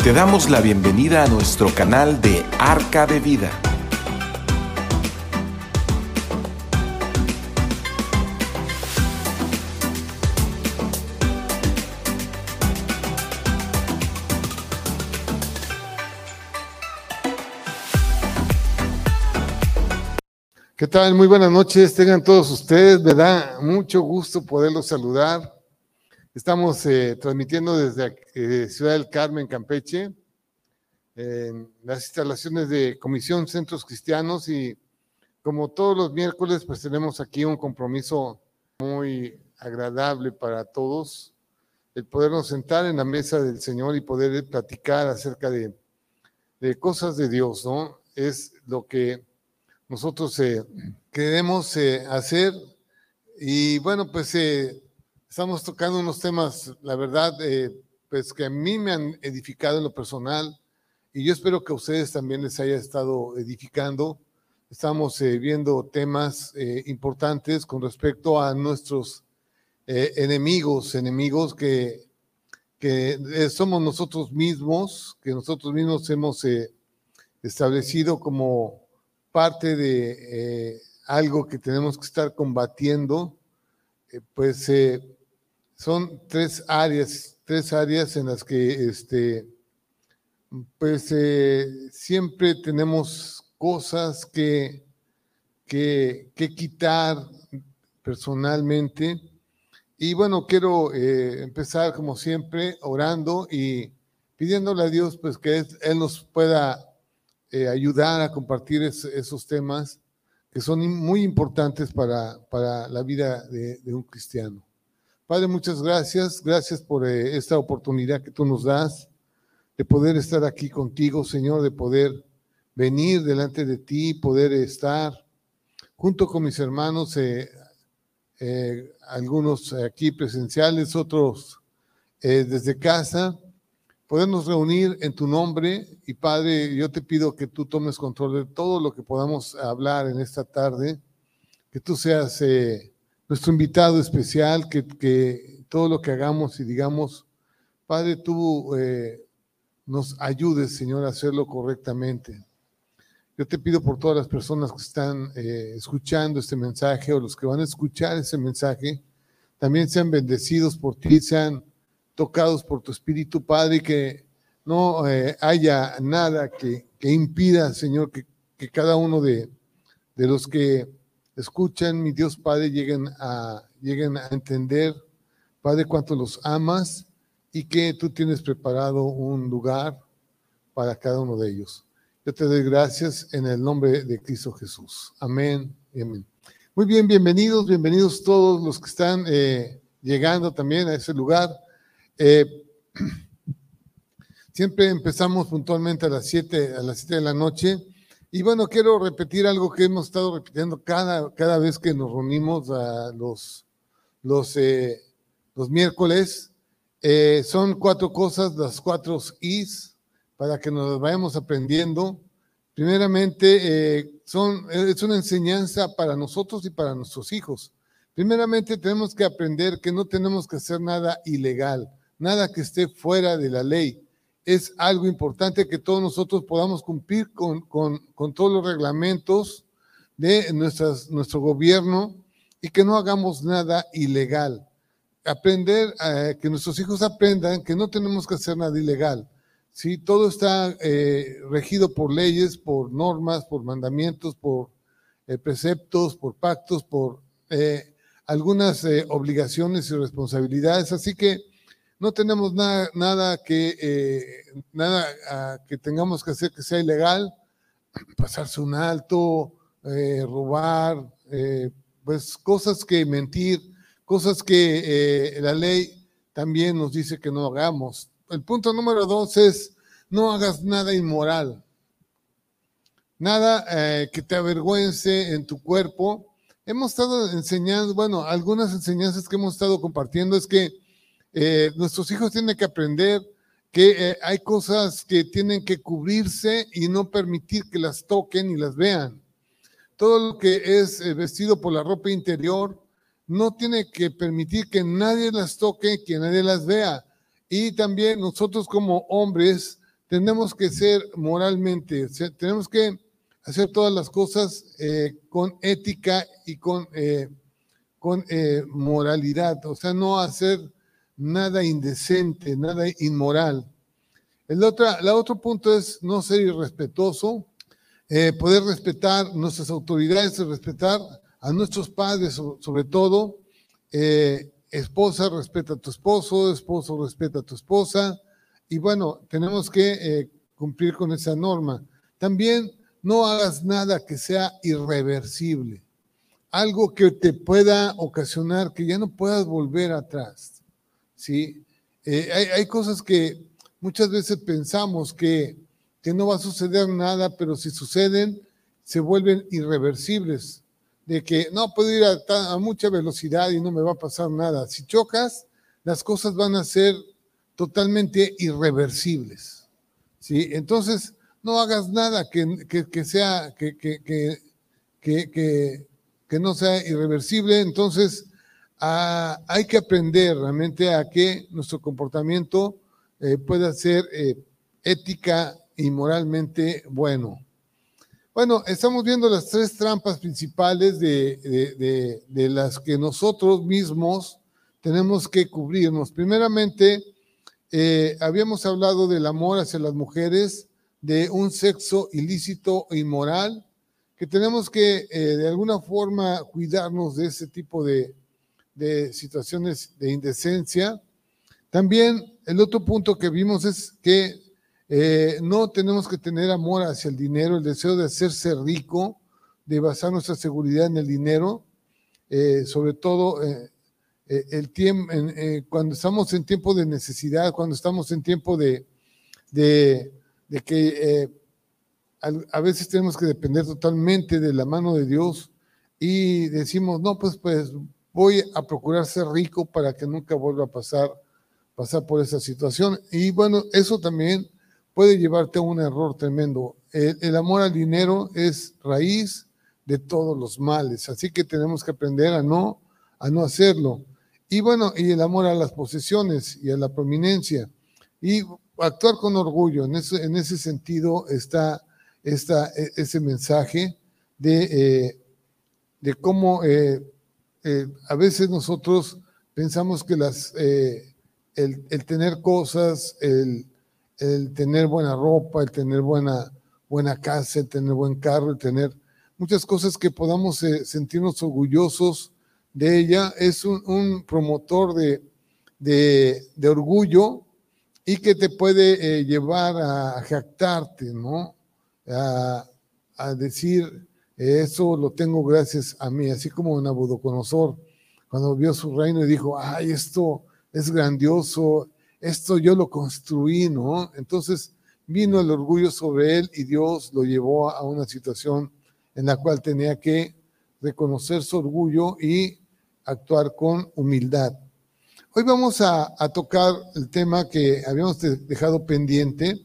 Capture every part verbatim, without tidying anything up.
Te damos la bienvenida a nuestro canal de Arca de Vida. ¿Qué tal? Muy buenas noches, tengan todos ustedes, me da mucho gusto poderlos saludar. Estamos eh, transmitiendo desde eh, Ciudad del Carmen, Campeche, en las instalaciones de Comisión Centros Cristianos, y como todos los miércoles, pues tenemos aquí un compromiso muy agradable para todos, el podernos sentar en la mesa del Señor y poder platicar acerca de, de cosas de Dios, ¿no? Es lo que nosotros eh, queremos eh, hacer, y bueno, pues eh, estamos tocando unos temas, la verdad, eh, pues que a mí me han edificado en lo personal, y yo espero que a ustedes también les haya estado edificando. Estamos eh, viendo temas eh, importantes con respecto a nuestros eh, enemigos, enemigos que, que eh, somos nosotros mismos, que nosotros mismos hemos eh, establecido como parte de eh, algo que tenemos que estar combatiendo. Eh, pues eh, son tres áreas, tres áreas en las que este, pues eh, siempre tenemos cosas que, que, que quitar personalmente. Y bueno, quiero eh, empezar como siempre orando y pidiéndole a Dios pues que Él nos pueda eh, ayudar a compartir es, esos temas que son muy importantes para, para la vida de, de un cristiano. Padre, muchas gracias, gracias por eh, esta oportunidad que tú nos das de poder estar aquí contigo, Señor, de poder venir delante de ti, poder estar junto con mis hermanos, eh, eh, algunos aquí presenciales, otros eh, desde casa, podernos reunir en tu nombre. Y Padre, yo te pido que tú tomes control de todo lo que podamos hablar en esta tarde, que tú seas eh, nuestro invitado especial, que, que todo lo que hagamos y digamos, Padre, tú eh, nos ayudes, Señor, a hacerlo correctamente. Yo te pido por todas las personas que están eh, escuchando este mensaje, o los que van a escuchar ese mensaje, también sean bendecidos por ti, sean tocados por tu Espíritu, Padre, y que no eh, haya nada que, que impida, Señor, que, que cada uno de, de los que escuchan, mi Dios Padre, lleguen a, lleguen a entender, Padre, cuánto los amas y que tú tienes preparado un lugar para cada uno de ellos. Yo te doy gracias en el nombre de Cristo Jesús. Amén y amén. Muy bien, bienvenidos, bienvenidos todos los que están eh, llegando también a ese lugar. Eh, siempre empezamos puntualmente a las siete, a las siete de la noche. Y bueno, quiero repetir algo que hemos estado repitiendo cada, cada vez que nos reunimos a los, los, eh, los miércoles. Eh, son cuatro cosas, las cuatro Is, para que nos vayamos aprendiendo. Primeramente, eh, son, es una enseñanza para nosotros y para nuestros hijos. Primeramente, tenemos que aprender que no tenemos que hacer nada ilegal, nada que esté fuera de la ley. Es algo importante que todos nosotros podamos cumplir con, con, con todos los reglamentos de nuestras, nuestro gobierno, y que no hagamos nada ilegal. Aprender, eh, que nuestros hijos aprendan que no tenemos que hacer nada ilegal. ¿Sí? Todo está eh, regido por leyes, por normas, por mandamientos, por eh, preceptos, por pactos, por eh, algunas eh, obligaciones y responsabilidades. Así que no tenemos nada, nada, que, eh, nada uh, que tengamos que hacer que sea ilegal, pasarse un alto, eh, robar, eh, pues cosas que mentir, cosas que eh, la ley también nos dice que no hagamos. El punto número dos es: no hagas nada inmoral, nada eh, que te avergüence en tu cuerpo. Hemos estado enseñando, bueno, algunas enseñanzas que hemos estado compartiendo es que eh, nuestros hijos tienen que aprender que eh, hay cosas que tienen que cubrirse y no permitir que las toquen y las vean. Todo lo que es eh, vestido por la ropa interior no tiene que permitir que nadie las toque, que nadie las vea. Y también nosotros como hombres tenemos que ser moralmente, tenemos que hacer todas las cosas eh, con ética y con, eh, con eh, moralidad, o sea, no hacer nada indecente, nada inmoral. El otro, el otro punto es no ser irrespetuoso, eh, poder respetar nuestras autoridades, respetar a nuestros padres sobre todo, eh, esposa, respeta a tu esposo, esposo, respeta a tu esposa, y bueno, tenemos que eh, cumplir con esa norma. También no hagas nada que sea irreversible, algo que te pueda ocasionar que ya no puedas volver atrás, ¿sí? Eh, hay, hay cosas que muchas veces pensamos que, que no va a suceder nada, pero si suceden, se vuelven irreversibles. De que no puedo ir a, a mucha velocidad y no me va a pasar nada. Si chocas, las cosas van a ser totalmente irreversibles, ¿sí? Entonces, no hagas nada que, que, que sea, que, que, que, que, que, que no sea irreversible. Entonces, a, hay que aprender realmente a que nuestro comportamiento eh, pueda ser eh, ética y moralmente bueno. Bueno, estamos viendo las tres trampas principales de, de, de, de las que nosotros mismos tenemos que cubrirnos. Primeramente, eh, habíamos hablado del amor hacia las mujeres, de un sexo ilícito e inmoral, que tenemos que eh, de alguna forma cuidarnos de ese tipo de, de situaciones de indecencia. También el otro punto que vimos es que Eh, no tenemos que tener amor hacia el dinero, el deseo de hacerse rico, de basar nuestra seguridad en el dinero, eh, sobre todo eh, eh, el tiempo, eh, cuando estamos en tiempo de necesidad, cuando estamos en tiempo de, de, de que eh, a, a veces tenemos que depender totalmente de la mano de Dios y decimos, no, pues, pues voy a procurar ser rico para que nunca vuelva a pasar, pasar por esa situación. Y bueno, eso también puede llevarte a un error tremendo. El, el amor al dinero es raíz de todos los males, así que tenemos que aprender a no, a no hacerlo. Y bueno, y el amor a las posesiones y a la prominencia. Y actuar con orgullo, en ese, en ese sentido está, está ese mensaje de, eh, de cómo eh, eh, a veces nosotros pensamos que las, eh, el, el tener cosas, el el tener buena ropa, el tener buena, buena casa, el tener buen carro, el tener muchas cosas que podamos eh, sentirnos orgullosos de ella, es un, un promotor de, de, de orgullo y que te puede eh, llevar a jactarte, ¿no? A, a decir, eso lo tengo gracias a mí, así como Nabucodonosor, cuando vio su reino y dijo, ay, esto es grandioso, esto yo lo construí, ¿no? Entonces vino el orgullo sobre él y Dios lo llevó a una situación en la cual tenía que reconocer su orgullo y actuar con humildad. Hoy vamos a, a tocar el tema que habíamos dejado pendiente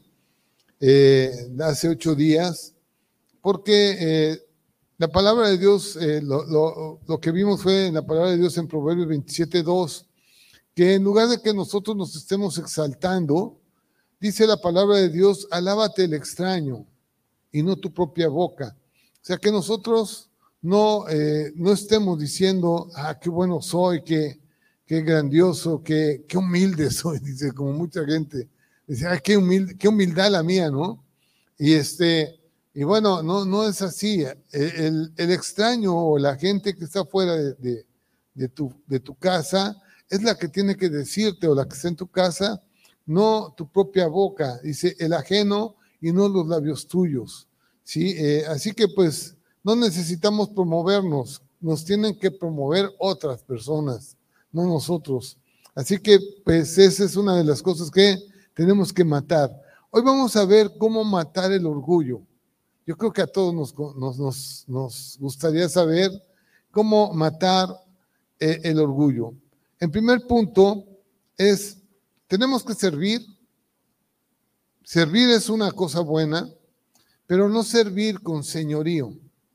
eh, hace ocho días, porque eh, la palabra de Dios, eh, lo, lo, lo que vimos fue en la palabra de Dios en Proverbios veintisiete dos, que en lugar de que nosotros nos estemos exaltando, dice la palabra de Dios, alábate el extraño y no tu propia boca. O sea, que nosotros no, eh, no estemos diciendo, ah, qué bueno soy, qué, qué grandioso, qué, qué humilde soy, dice, como mucha gente. Dice, ah, qué, humilde, qué humildad la mía, ¿no? Y, este, y bueno, no, no es así. El, el extraño o la gente que está fuera de, de, de, tu, de tu casa es la que tiene que decirte, o la que está en tu casa, no tu propia boca. Dice, el ajeno y no los labios tuyos. ¿Sí? Eh, así que pues no necesitamos promovernos, nos tienen que promover otras personas, no nosotros. Así que pues esa es una de las cosas que tenemos que matar. Hoy vamos a ver cómo matar el orgullo. Yo creo que a todos nos, nos, nos, nos gustaría saber cómo matar eh, el orgullo. En primer punto es, tenemos que servir. Servir es una cosa buena, pero no servir con señorío.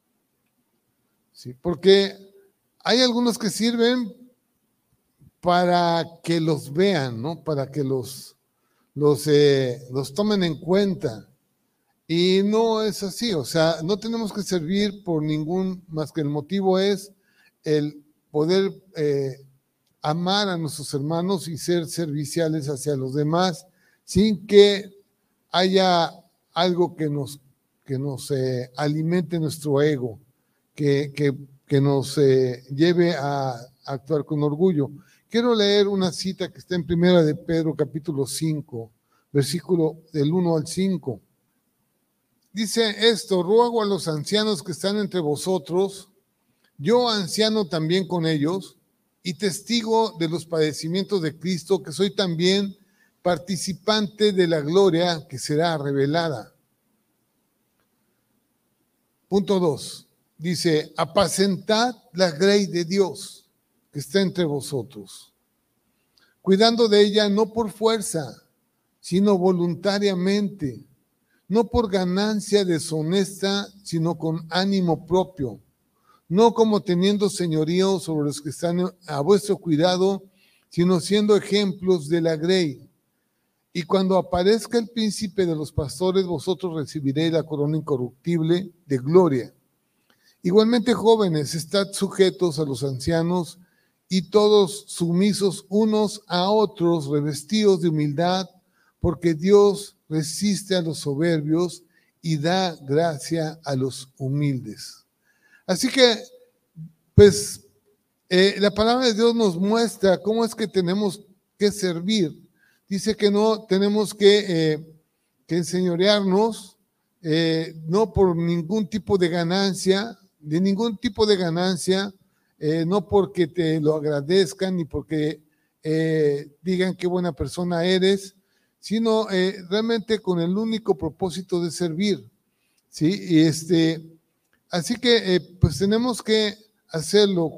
¿Sí? Porque hay algunos que sirven para que los vean, ¿no? Para que los, los, eh, los tomen en cuenta. Y no es así, o sea, no tenemos que servir por ningún, más que el motivo es el poder eh, amar a nuestros hermanos y ser serviciales hacia los demás, sin que haya algo que nos, que nos eh, alimente nuestro ego, que, que, que nos eh, lleve a, a actuar con orgullo. Quiero leer una cita que está en Primera de Pedro, capítulo cinco, versículo del uno al cinco. Dice esto: ruego a los ancianos que están entre vosotros, yo anciano también con ellos, y testigo de los padecimientos de Cristo, que soy también participante de la gloria que será revelada. Punto dos. Dice: apacentad la grey de Dios que está entre vosotros, cuidando de ella no por fuerza, sino voluntariamente, no por ganancia deshonesta, sino con ánimo propio, no como teniendo señorío sobre los que están a vuestro cuidado, sino siendo ejemplos de la grey. Y cuando aparezca el príncipe de los pastores, vosotros recibiréis la corona incorruptible de gloria. Igualmente, jóvenes, estad sujetos a los ancianos y todos sumisos unos a otros, revestidos de humildad, porque Dios resiste a los soberbios y da gracia a los humildes. Así que, pues, eh, la palabra de Dios nos muestra cómo es que tenemos que servir. Dice que no tenemos que, eh, que enseñorearnos, eh, no por ningún tipo de ganancia, de ningún tipo de ganancia, eh, no porque te lo agradezcan ni porque eh, digan qué buena persona eres, sino eh, realmente con el único propósito de servir, ¿sí? Y este, así que eh, pues tenemos que hacerlo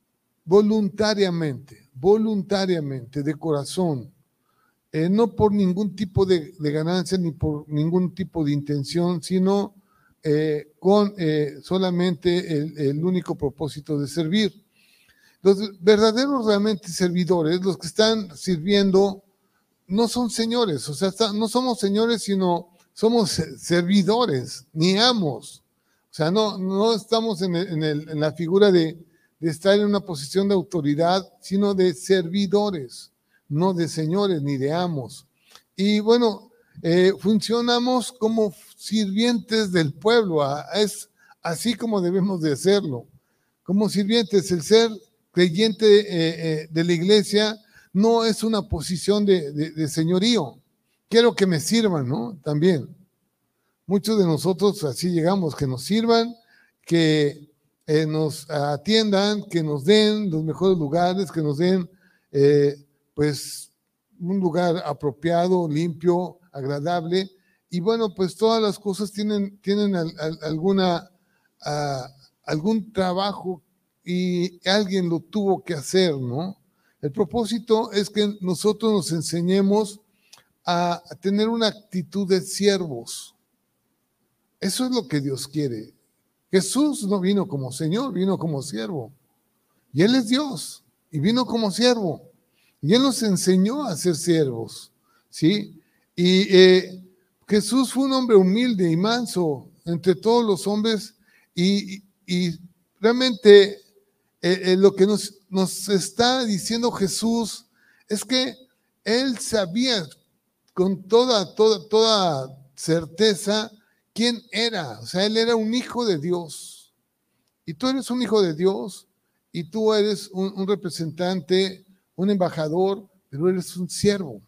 voluntariamente, voluntariamente, de corazón, eh, no por ningún tipo de, de ganancia ni por ningún tipo de intención, sino eh, con eh, solamente el, el único propósito de servir. Los verdaderos realmente servidores, los que están sirviendo, no son señores, o sea, está, no somos señores, sino somos servidores, ni amos. O sea, no, no estamos en, el, en, el, en la figura de, de estar en una posición de autoridad, sino de servidores, no de señores ni de amos. Y bueno, eh, funcionamos como sirvientes del pueblo, es así como debemos de hacerlo. Como sirvientes, el ser creyente eh, eh, de la iglesia no es una posición de, de, de señorío. Quiero que me sirvan, ¿no? También. Muchos de nosotros así llegamos, que nos sirvan, que eh, nos atiendan, que nos den los mejores lugares, que nos den, eh, pues, un lugar apropiado, limpio, agradable. Y bueno, pues todas las cosas tienen, tienen al, al, alguna, a, algún trabajo y alguien lo tuvo que hacer, ¿no? El propósito es que nosotros nos enseñemos a tener una actitud de siervos. Eso es lo que Dios quiere. Jesús no vino como Señor, vino como siervo. Y Él es Dios, y vino como siervo. Y Él nos enseñó a ser siervos, ¿sí? Y eh, Jesús fue un hombre humilde y manso entre todos los hombres, y, y realmente eh, eh, lo que nos, nos está diciendo Jesús es que Él sabía con toda, toda, toda certeza quién era. O sea, Él era un hijo de Dios. Y tú eres un hijo de Dios, y tú eres un, un representante, un embajador, pero eres un siervo,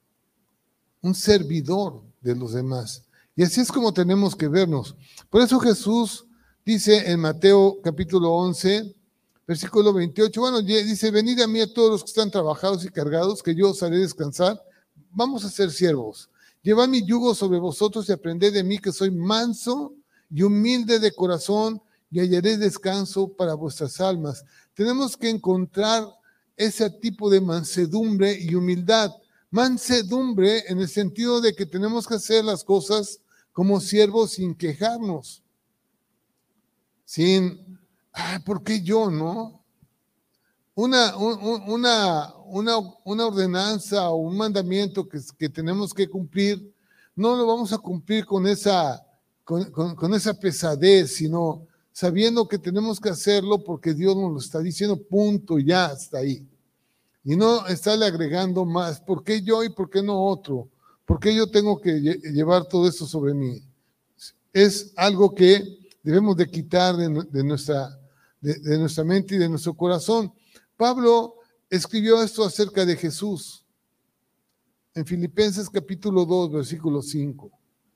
un servidor de los demás. Y así es como tenemos que vernos. Por eso Jesús dice en Mateo capítulo once, versículo veintiocho, bueno, dice: venid a mí a todos los que están trabajados y cargados, que yo os haré descansar. Vamos a ser siervos. Llevad mi yugo sobre vosotros y aprended de mí, que soy manso y humilde de corazón, y hallaré descanso para vuestras almas. Tenemos que encontrar ese tipo de mansedumbre y humildad. Mansedumbre en el sentido de que tenemos que hacer las cosas como siervos sin quejarnos. Sin, ah, ¿por qué yo, no? una, un- una, una, una ordenanza o un mandamiento que, que tenemos que cumplir, no lo vamos a cumplir con esa, con, con, con esa pesadez, sino sabiendo que tenemos que hacerlo porque Dios nos lo está diciendo, punto, ya hasta ahí. Y no estarle agregando más, ¿por qué yo y por qué no otro? ¿Por qué yo tengo que lle- llevar todo esto sobre mí? Es algo que debemos de quitar de, nu- de nuestra, de, de nuestra mente y de nuestro corazón. Pablo escribió esto acerca de Jesús en Filipenses capítulo dos, versículo cinco.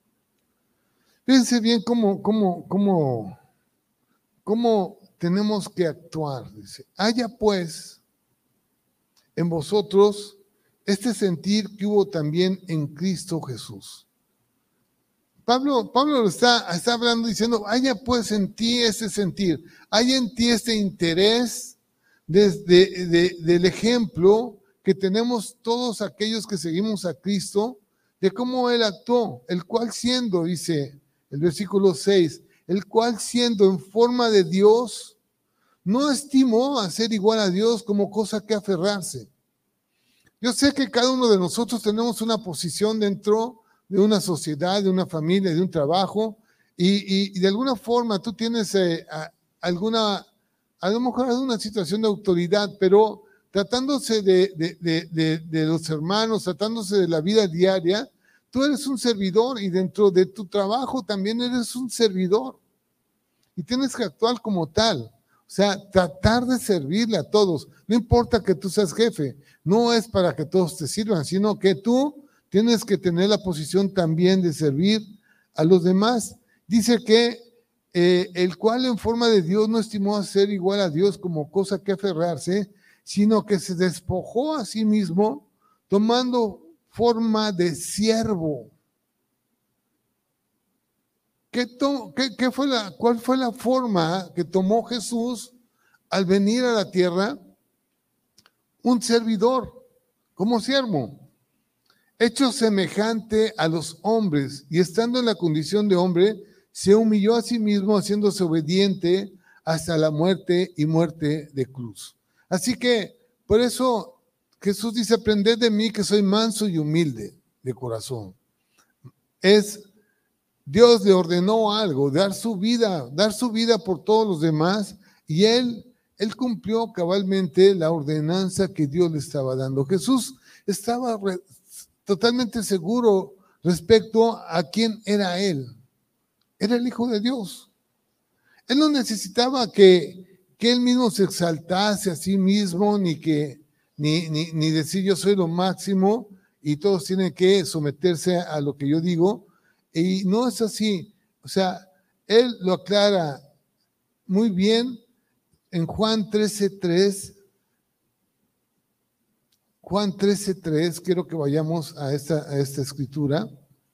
Fíjense bien cómo, cómo, cómo, cómo tenemos que actuar. Dice, haya pues en vosotros este sentir que hubo también en Cristo Jesús. Pablo, Pablo lo está, está hablando diciendo, haya pues en ti ese sentir, haya en ti este interés desde de, del ejemplo que tenemos todos aquellos que seguimos a Cristo, de cómo Él actuó, el cual siendo, dice el versículo seis, el cual siendo en forma de Dios, no estimó a ser igual a Dios como cosa que aferrarse. Yo sé que cada uno de nosotros tenemos una posición dentro de una sociedad, de una familia, de un trabajo, y, y, y de alguna forma tú tienes eh, a, alguna, a lo mejor alguna situación de autoridad, pero tratándose de, de, de, de, de los hermanos, tratándose de la vida diaria, tú eres un servidor y dentro de tu trabajo también eres un servidor y tienes que actuar como tal. O sea, tratar de servirle a todos. No importa que tú seas jefe, no es para que todos te sirvan, sino que tú tienes que tener la posición también de servir a los demás. Dice que eh, el cual en forma de Dios no estimó a ser igual a Dios como cosa que aferrarse, sino que se despojó a sí mismo tomando forma de siervo. ¿Qué, to, qué, qué fue la, ¿Cuál fue la forma que tomó Jesús al venir a la tierra? Un servidor, como siervo, hecho semejante a los hombres, y estando en la condición de hombre, se humilló a sí mismo, haciéndose obediente hasta la muerte y muerte de cruz. Así que, por eso Jesús dice, aprended de mí que soy manso y humilde de corazón. Es Dios le ordenó algo, dar su vida, dar su vida por todos los demás, y él, él cumplió cabalmente la ordenanza que Dios le estaba dando. Jesús estaba re, totalmente seguro respecto a quién era él. Era el Hijo de Dios. Él no necesitaba que, que él mismo se exaltase a sí mismo, ni que ni, ni, ni decir yo soy lo máximo y todos tienen que someterse a lo que yo digo. Y no es así. O sea, él lo aclara muy bien en Juan trece tres. Juan trece tres, quiero que vayamos a esta, a esta escritura.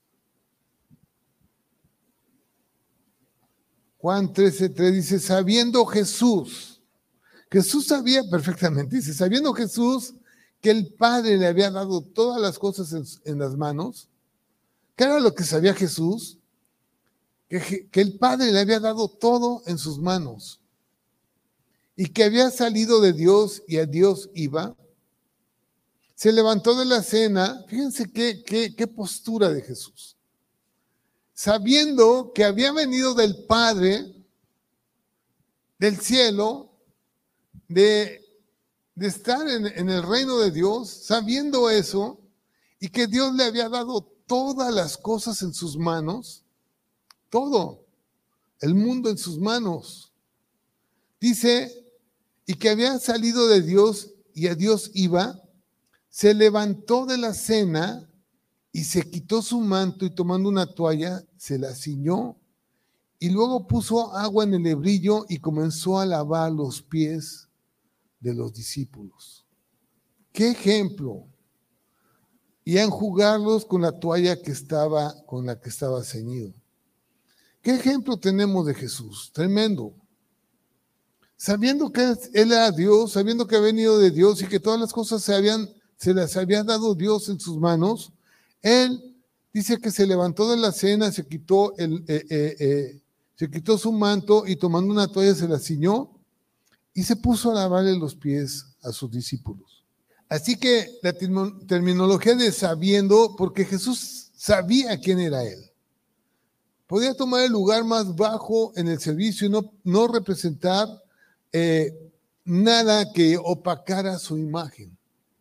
Juan trece tres dice, sabiendo Jesús, Jesús sabía perfectamente, dice, sabiendo Jesús que el Padre le había dado todas las cosas en, en las manos. ¿Qué era lo que sabía Jesús? Que, que el Padre le había dado todo en sus manos y que había salido de Dios y a Dios iba. Se levantó de la cena, fíjense qué, qué, qué postura de Jesús. Sabiendo que había venido del Padre, del cielo, de, de estar en, en el reino de Dios, sabiendo eso, y que Dios le había dado todas las cosas en sus manos, todo, el mundo en sus manos. Dice, y que había salido de Dios y a Dios iba, se levantó de la cena y se quitó su manto y tomando una toalla se la ciñó y luego puso agua en el hebrillo y comenzó a lavar los pies de los discípulos. ¡Qué ejemplo! Y a enjugarlos con la toalla que estaba, con la que estaba ceñido. ¿Qué ejemplo tenemos de Jesús? Tremendo. Sabiendo que Él era Dios, sabiendo que había venido de Dios y que todas las cosas se, habían, se las había dado Dios en sus manos, Él dice que se levantó de la cena, se quitó, el, eh, eh, eh, se quitó su manto y tomando una toalla se la ciñó y se puso a lavarle los pies a sus discípulos. Así que la terminología de sabiendo, porque Jesús sabía quién era él. Podía tomar el lugar más bajo en el servicio y no, no representar eh, nada que opacara su imagen.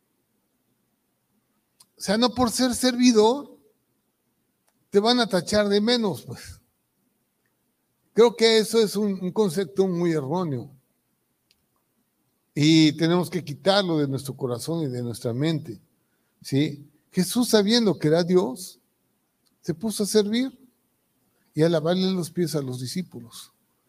O sea, no por ser servidor te van a tachar de menos, pues. Creo que eso es un, un concepto muy erróneo. Y tenemos que quitarlo de nuestro corazón y de nuestra mente, ¿sí? Jesús, sabiendo que era Dios, se puso a servir y a lavarle los pies a los discípulos.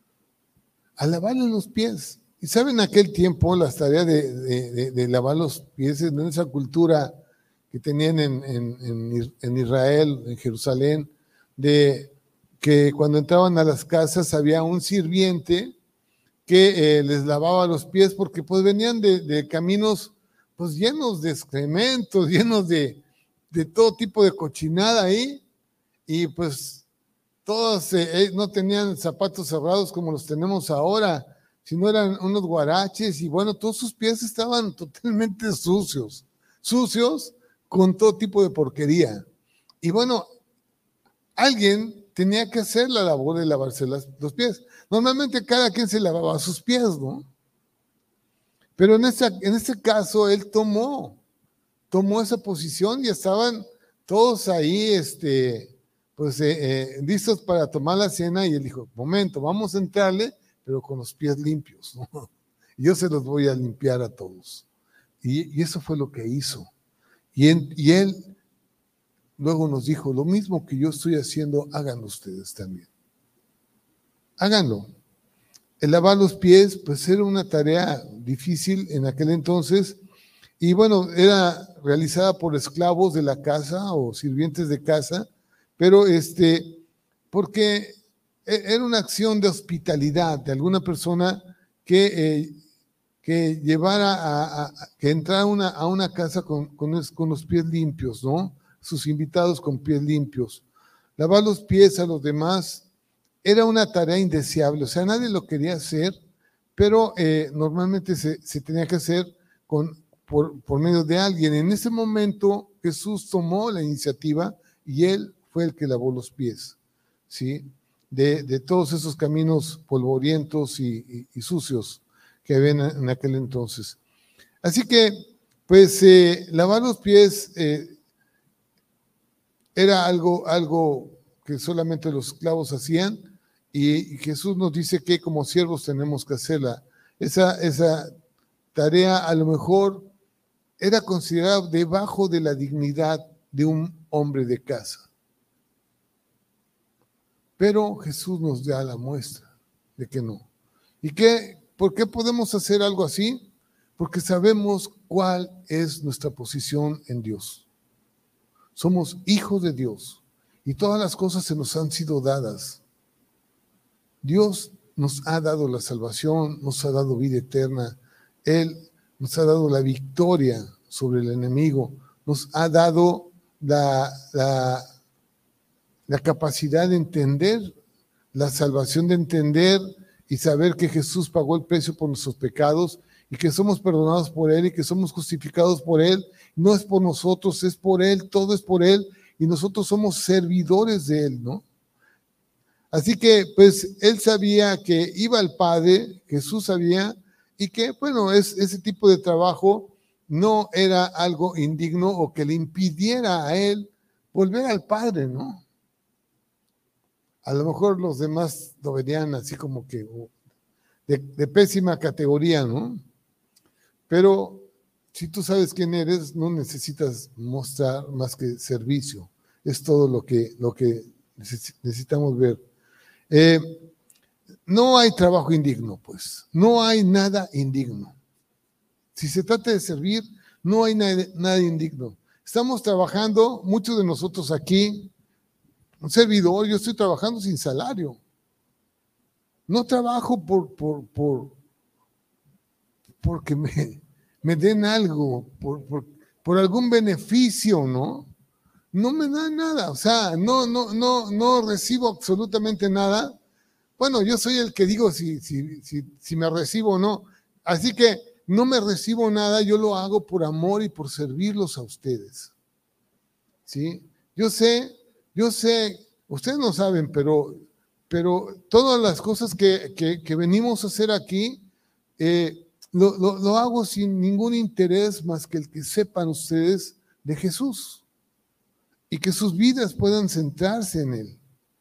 A lavarle los pies. Y saben, en aquel tiempo las tareas de, de, de, de lavar los pies en esa cultura que tenían en, en, en Israel, en Jerusalén, de que cuando entraban a las casas había un sirviente que eh, les lavaba los pies porque pues venían de, de caminos pues llenos de excrementos, llenos de, de todo tipo de cochinada ahí, y pues todos eh, no tenían zapatos cerrados como los tenemos ahora, sino eran unos guaraches, y bueno, todos sus pies estaban totalmente sucios, sucios con todo tipo de porquería. Y bueno, alguien tenía que hacer la labor de lavarse las, los pies. Normalmente cada quien se lavaba sus pies, ¿no? Pero en, esta, en este caso él tomó, tomó esa posición y estaban todos ahí, este, pues eh, eh, listos para tomar la cena, y él dijo, momento, vamos a entrarle, pero con los pies limpios, ¿no? Y yo se los voy a limpiar a todos. Y, y eso fue lo que hizo. Y, en, y él luego nos dijo, lo mismo que yo estoy haciendo, háganlo ustedes también. Háganlo. El lavar los pies, pues era una tarea difícil en aquel entonces, y bueno, era realizada por esclavos de la casa o sirvientes de casa, pero este, porque era una acción de hospitalidad de alguna persona que, eh, que llevara a, a, que entrara una, a una casa con, con, con los pies limpios, ¿no? Sus invitados con pies limpios. Lavar los pies a los demás era una tarea indeseable, o sea, nadie lo quería hacer, pero eh, normalmente se, se tenía que hacer con, por, por medio de alguien. En ese momento Jesús tomó la iniciativa y él fue el que lavó los pies, ¿sí? De, de todos esos caminos polvorientos y, y, y sucios que había en, en aquel entonces. Así que, pues, eh, lavar los pies eh, era algo, algo que solamente los esclavos hacían, y Jesús nos dice que como siervos tenemos que hacerla. Esa, esa tarea a lo mejor era considerada debajo de la dignidad de un hombre de casa. Pero Jesús nos da la muestra de que no. ¿Y qué? ¿Por qué podemos hacer algo así? Porque sabemos cuál es nuestra posición en Dios. Somos hijos de Dios y todas las cosas se nos han sido dadas. Dios nos ha dado la salvación, nos ha dado vida eterna. Él nos ha dado la victoria sobre el enemigo. Nos ha dado la, la, la capacidad de entender la salvación, de entender y saber que Jesús pagó el precio por nuestros pecados y que somos perdonados por Él y que somos justificados por Él. No es por nosotros, es por Él, todo es por Él, y nosotros somos servidores de Él, ¿no? Así que, pues, Él sabía que iba al Padre, Jesús sabía, y que, bueno, es, ese tipo de trabajo no era algo indigno o que le impidiera a Él volver al Padre, ¿no? A lo mejor los demás lo verían así como que de, de pésima categoría, ¿no? Pero si tú sabes quién eres, no necesitas mostrar más que servicio. Es todo lo que, lo que necesitamos ver. Eh, no hay trabajo indigno, pues. No hay nada indigno. Si se trata de servir, no hay nada, nada indigno. Estamos trabajando, muchos de nosotros aquí, un servidor, yo estoy trabajando sin salario. No trabajo por, por, por, porque me, me den algo, por, por, por algún beneficio, ¿no? No me dan nada, o sea, no, no, no, no recibo absolutamente nada. Bueno, yo soy el que digo si, si, si, si me recibo o no. Así que no me recibo nada, yo lo hago por amor y por servirlos a ustedes. ¿Sí? Yo sé, yo sé, ustedes no saben, pero, pero todas las cosas que, que, que venimos a hacer aquí, eh, lo, lo, lo hago sin ningún interés más que el que sepan ustedes de Jesús y que sus vidas puedan centrarse en Él.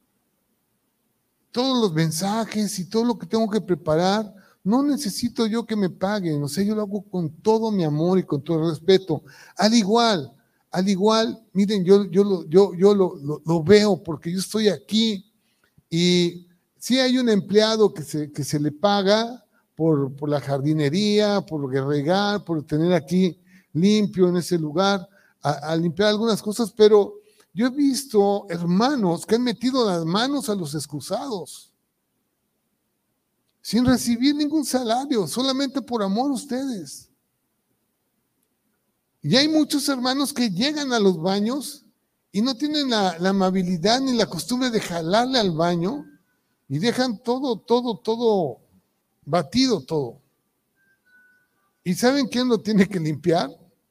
Todos los mensajes y todo lo que tengo que preparar, no necesito yo que me paguen, o sea, yo lo hago con todo mi amor y con todo el respeto. Al igual, al igual, miren, yo, yo, lo, yo, yo lo, lo, lo veo porque yo estoy aquí y sí hay un empleado que se, que se le paga por, por la jardinería, por regar, por tener aquí limpio en ese lugar, a, a limpiar algunas cosas, pero yo he visto hermanos que han metido las manos a los excusados sin recibir ningún salario, solamente por amor a ustedes. Y hay muchos hermanos que llegan a los baños y no tienen la, la amabilidad ni la costumbre de jalarle al baño y dejan todo, todo, todo batido todo. ¿Y saben quién lo tiene que limpiar?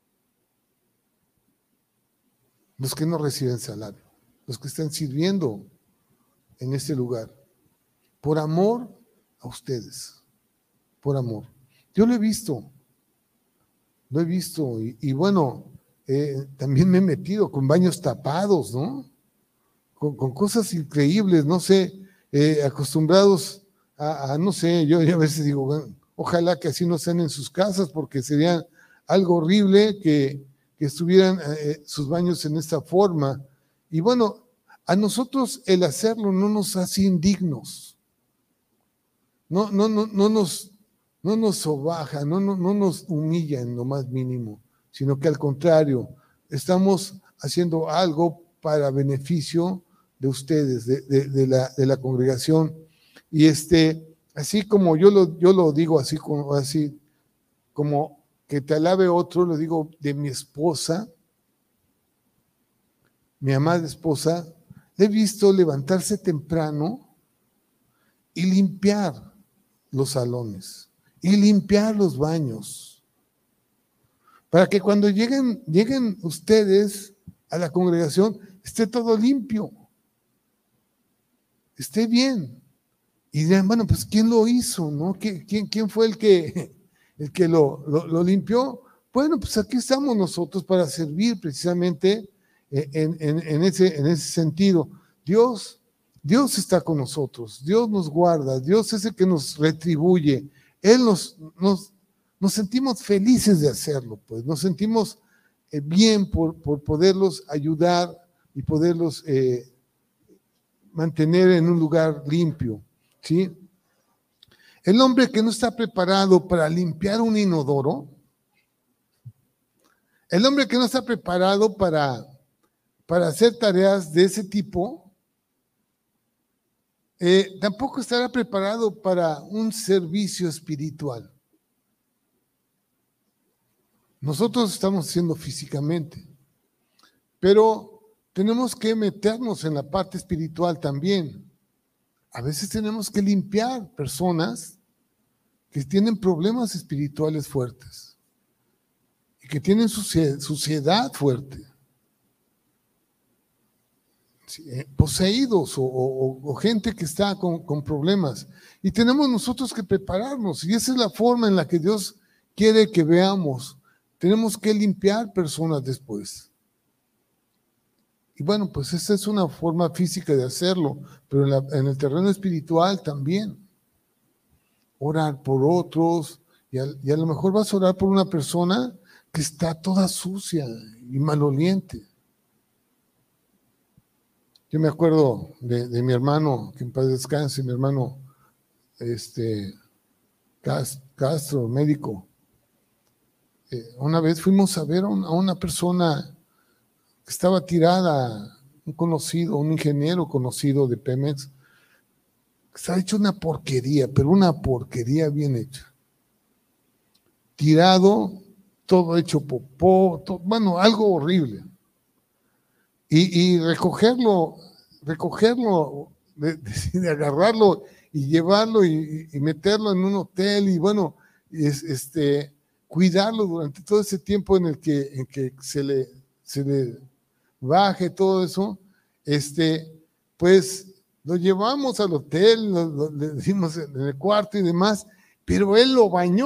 Los que no reciben salario, los que están sirviendo en este lugar, por amor a ustedes, por amor. Yo lo he visto, lo he visto y, y bueno, eh, también me he metido con baños tapados, ¿no? Con, con cosas increíbles, no sé, eh, acostumbrados a, a, no sé, yo, yo a veces digo, bueno, ojalá que así no sean en sus casas porque sería algo horrible que, que estuvieran eh, sus baños en esta forma. Y bueno, a nosotros el hacerlo no nos hace indignos. No, no, no, no nos, no nos sobaja, no, no, no nos humilla en lo más mínimo, sino que al contrario, estamos haciendo algo para beneficio de ustedes, de, de, de, la, de la congregación. Y este, así como yo lo, yo lo digo, así como, así como que te alabe otro, lo digo de mi esposa, mi amada esposa, le he visto levantarse temprano y limpiar los salones y limpiar los baños para que cuando lleguen, lleguen ustedes a la congregación esté todo limpio, esté bien y dirán, bueno, pues ¿quién lo hizo? ¿No? ¿Quién, quién fue el que, el que lo, lo, lo limpió? Bueno, pues aquí estamos nosotros para servir precisamente en, en, en, ese, en ese sentido. Dios Dios está con nosotros, Dios nos guarda, Dios es el que nos retribuye. Él nos, nos, nos sentimos felices de hacerlo, pues nos sentimos eh, bien por, por poderlos ayudar y poderlos eh, mantener en un lugar limpio, ¿sí? El hombre que no está preparado para limpiar un inodoro, el hombre que no está preparado para, para hacer tareas de ese tipo, Eh, tampoco estará preparado para un servicio espiritual. Nosotros estamos haciendo físicamente, pero tenemos que meternos en la parte espiritual también. A veces tenemos que limpiar personas que tienen problemas espirituales fuertes y que tienen suciedad fuerte. Poseídos o, o, o gente que está con, con problemas y tenemos nosotros que prepararnos y esa es la forma en la que Dios quiere que veamos. Tenemos que limpiar personas después y bueno, pues esa es una forma física de hacerlo, pero en, la, en el terreno espiritual también orar por otros y a, y a lo mejor vas a orar por una persona que está toda sucia y maloliente. Yo me acuerdo de, de mi hermano, que en paz descanse, mi hermano este, Castro, médico. Eh, una vez fuimos a ver a una, a una persona que estaba tirada, un conocido, un ingeniero conocido de Pemex, que estaba hecho una porquería, pero una porquería bien hecha. Tirado, todo hecho popó, todo, bueno, algo horrible. Y, y recogerlo, recogerlo, de, de, de agarrarlo y llevarlo y, y meterlo en un hotel y bueno, es, este, cuidarlo durante todo ese tiempo en el que, en que se, le, se le baje todo eso, este, pues lo llevamos al hotel, lo, lo, le decimos en el cuarto y demás, pero él lo bañó.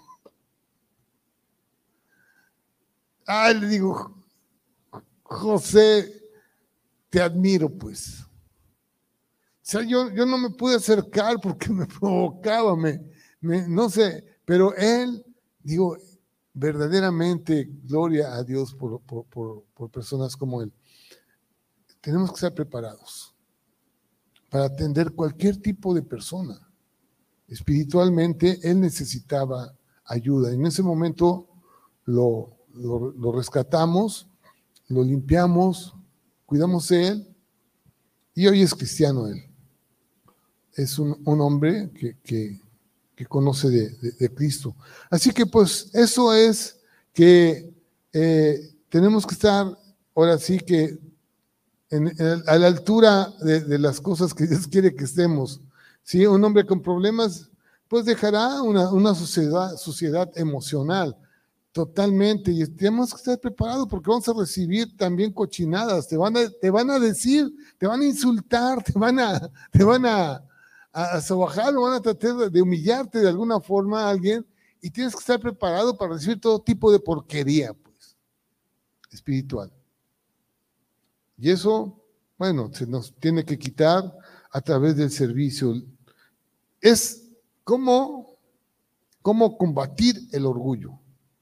Ah, le digo, José, te admiro, pues. O sea, yo, yo no me pude acercar porque me provocaba, me, me, no sé, pero él, digo, verdaderamente, gloria a Dios por, por, por, por personas como él. Tenemos que estar preparados para atender cualquier tipo de persona. Espiritualmente, él necesitaba ayuda. En ese momento lo, lo, lo rescatamos, lo limpiamos, cuidamos de él, y hoy es cristiano él. Es un, un hombre que, que, que conoce de, de, de Cristo. Así que pues eso es que eh, tenemos que estar ahora sí que en, en, a la altura de, de las cosas que Dios quiere que estemos. ¿Sí? Un hombre con problemas pues dejará una, una sociedad, sociedad emocional totalmente, y tenemos que estar preparados porque vamos a recibir también cochinadas, te van a, te van a decir, te van a insultar, te van a, te van a, a sobajar, van a tratar de humillarte de alguna forma a alguien, y tienes que estar preparado para recibir todo tipo de porquería, pues, espiritual. Y eso, bueno, se nos tiene que quitar a través del servicio. Es como, como combatir el orgullo.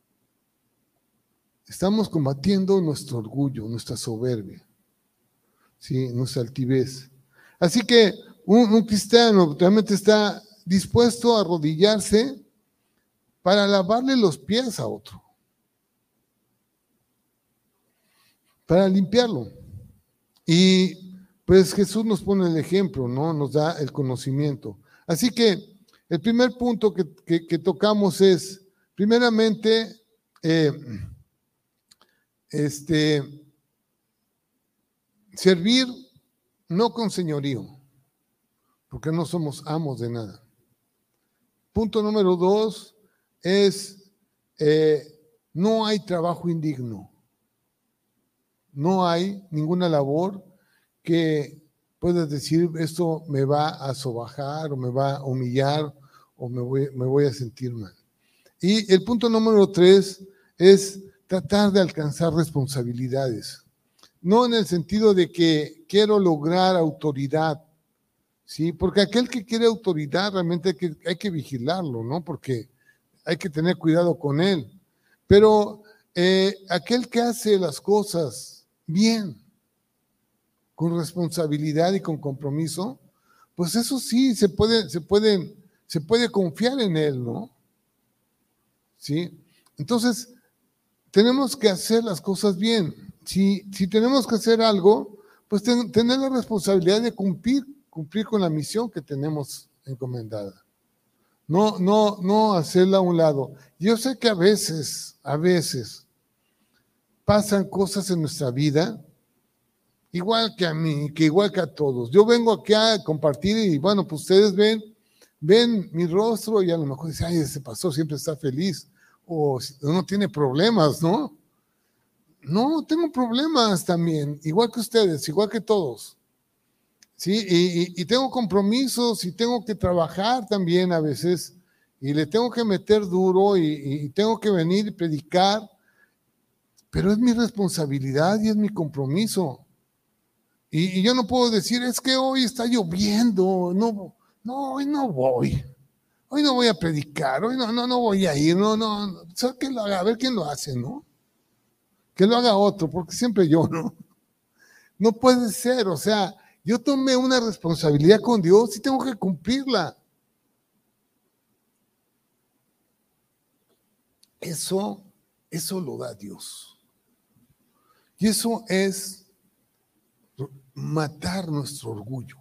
Estamos combatiendo nuestro orgullo, nuestra soberbia, ¿sí? Nuestra altivez. Así que un, un cristiano realmente está dispuesto a arrodillarse para lavarle los pies a otro, para limpiarlo. Y pues Jesús nos pone el ejemplo, ¿no? Nos da el conocimiento. Así que el primer punto que, que, que tocamos es, primeramente, eh, Este, servir no con señorío, porque no somos amos de nada. Punto número dos es, eh, no hay trabajo indigno. No hay ninguna labor que puedas decir, esto me va a sobajar o me va a humillar o me voy, me voy a sentir mal. Y el punto número tres es tratar de alcanzar responsabilidades, no en el sentido de que quiero lograr autoridad, ¿sí? Porque aquel que quiere autoridad realmente hay que, hay que vigilarlo, ¿no? Porque hay que tener cuidado con él. Pero eh, aquel que hace las cosas bien, con responsabilidad y con compromiso, pues eso sí, se puede, se puede, se puede confiar en él, ¿no? ¿Sí? Entonces, tenemos que hacer las cosas bien. Si, si tenemos que hacer algo, pues ten, tener la responsabilidad de cumplir, cumplir con la misión que tenemos encomendada. No, no, no hacerla a un lado. Yo sé que a veces, a veces, pasan cosas en nuestra vida, igual que a mí, que igual que a todos. Yo vengo aquí a compartir y bueno, pues ustedes ven, ven mi rostro y a lo mejor dicen, ay, ese pastor siempre está feliz. O no tiene problemas, ¿no? No, tengo problemas también, igual que ustedes, igual que todos. Sí, y, y, y tengo compromisos y tengo que trabajar también a veces, y le tengo que meter duro y, y tengo que venir y predicar, pero es mi responsabilidad y es mi compromiso. Y, y yo no puedo decir, es que hoy está lloviendo, no, no, hoy no voy. Hoy no voy a predicar, hoy no, no, no voy a ir, no, no, no. ¿Sabes qué lo haga? A ver quién lo hace, ¿no? Que lo haga otro, porque siempre yo, ¿no? No puede ser, o sea, yo tomé una responsabilidad con Dios y tengo que cumplirla. Eso, eso lo da Dios. Y eso es matar nuestro orgullo.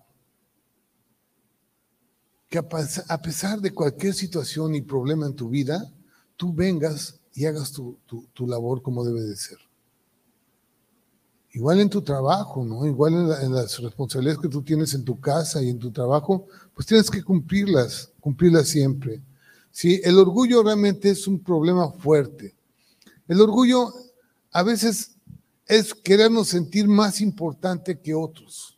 Que a pesar de cualquier situación y problema en tu vida, tú vengas y hagas tu, tu, tu labor como debe de ser. Igual en tu trabajo, ¿no? Igual en, la, en las responsabilidades que tú tienes en tu casa y en tu trabajo, pues tienes que cumplirlas, cumplirlas siempre. Sí, el orgullo realmente es un problema fuerte. El orgullo a veces es querernos sentir más importante que otros.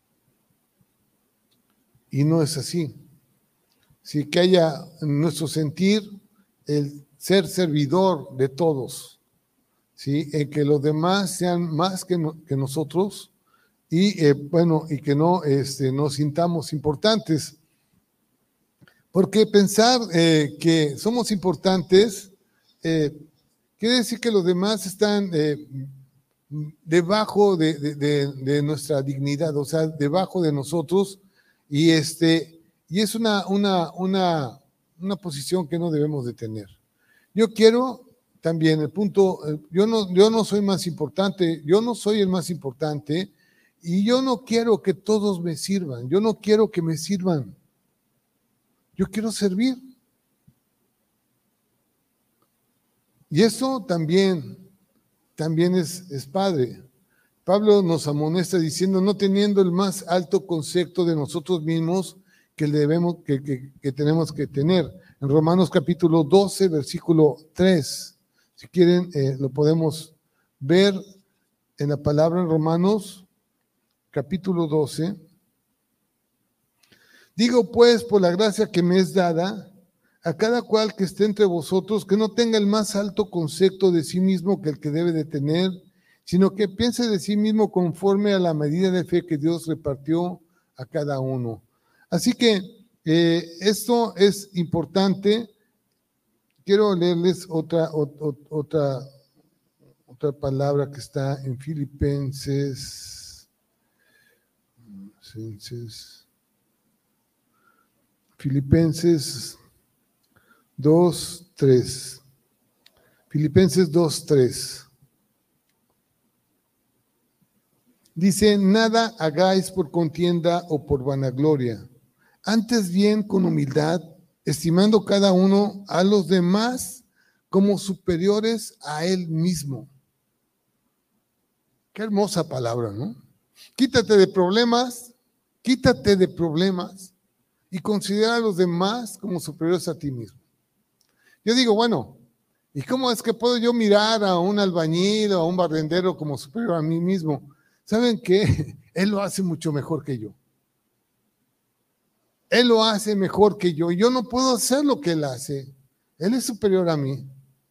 Y no es así. Sí, que haya en nuestro sentir el ser servidor de todos. Sí, el que los demás sean más que, no, que nosotros y eh, bueno, y que no este, nos sintamos importantes. Porque pensar eh, que somos importantes eh, quiere decir que los demás están eh, debajo de, de, de, de nuestra dignidad, o sea, debajo de nosotros, y, este, y es una, una, una, una posición que no debemos de tener. Yo quiero también el punto, yo no, yo no soy más importante, yo no soy el más importante, y yo no quiero que todos me sirvan, yo no quiero que me sirvan. Yo quiero servir. Y eso también, también es, es padre. Pablo nos amonesta diciendo, no teniendo el más alto concepto de nosotros mismos que, debemos, que, que, que tenemos que tener. En Romanos capítulo doce, versículo tres. Si quieren, eh, lo podemos ver en la palabra en Romanos capítulo doce. Digo pues, por la gracia que me es dada, a cada cual que esté entre vosotros, que no tenga el más alto concepto de sí mismo que el que debe de tener, sino que piense de sí mismo conforme a la medida de fe que Dios repartió a cada uno. Así que eh, esto es importante. Quiero leerles otra, otra, otra, otra palabra que está en Filipenses. Filipenses. Filipenses dos, tres. Filipenses dos, tres. Dice, nada hagáis por contienda o por vanagloria, antes bien con humildad, estimando cada uno a los demás como superiores a él mismo. Qué hermosa palabra, ¿no? Quítate de problemas, quítate de problemas. Y considera a los demás como superiores a ti mismo. Yo digo, bueno, ¿y cómo es que puedo yo mirar a un albañil o a un barrendero como superior a mí mismo? ¿Saben qué? Él lo hace mucho mejor que yo. Él lo hace mejor que yo. Yo no puedo hacer lo que él hace. Él es superior a mí.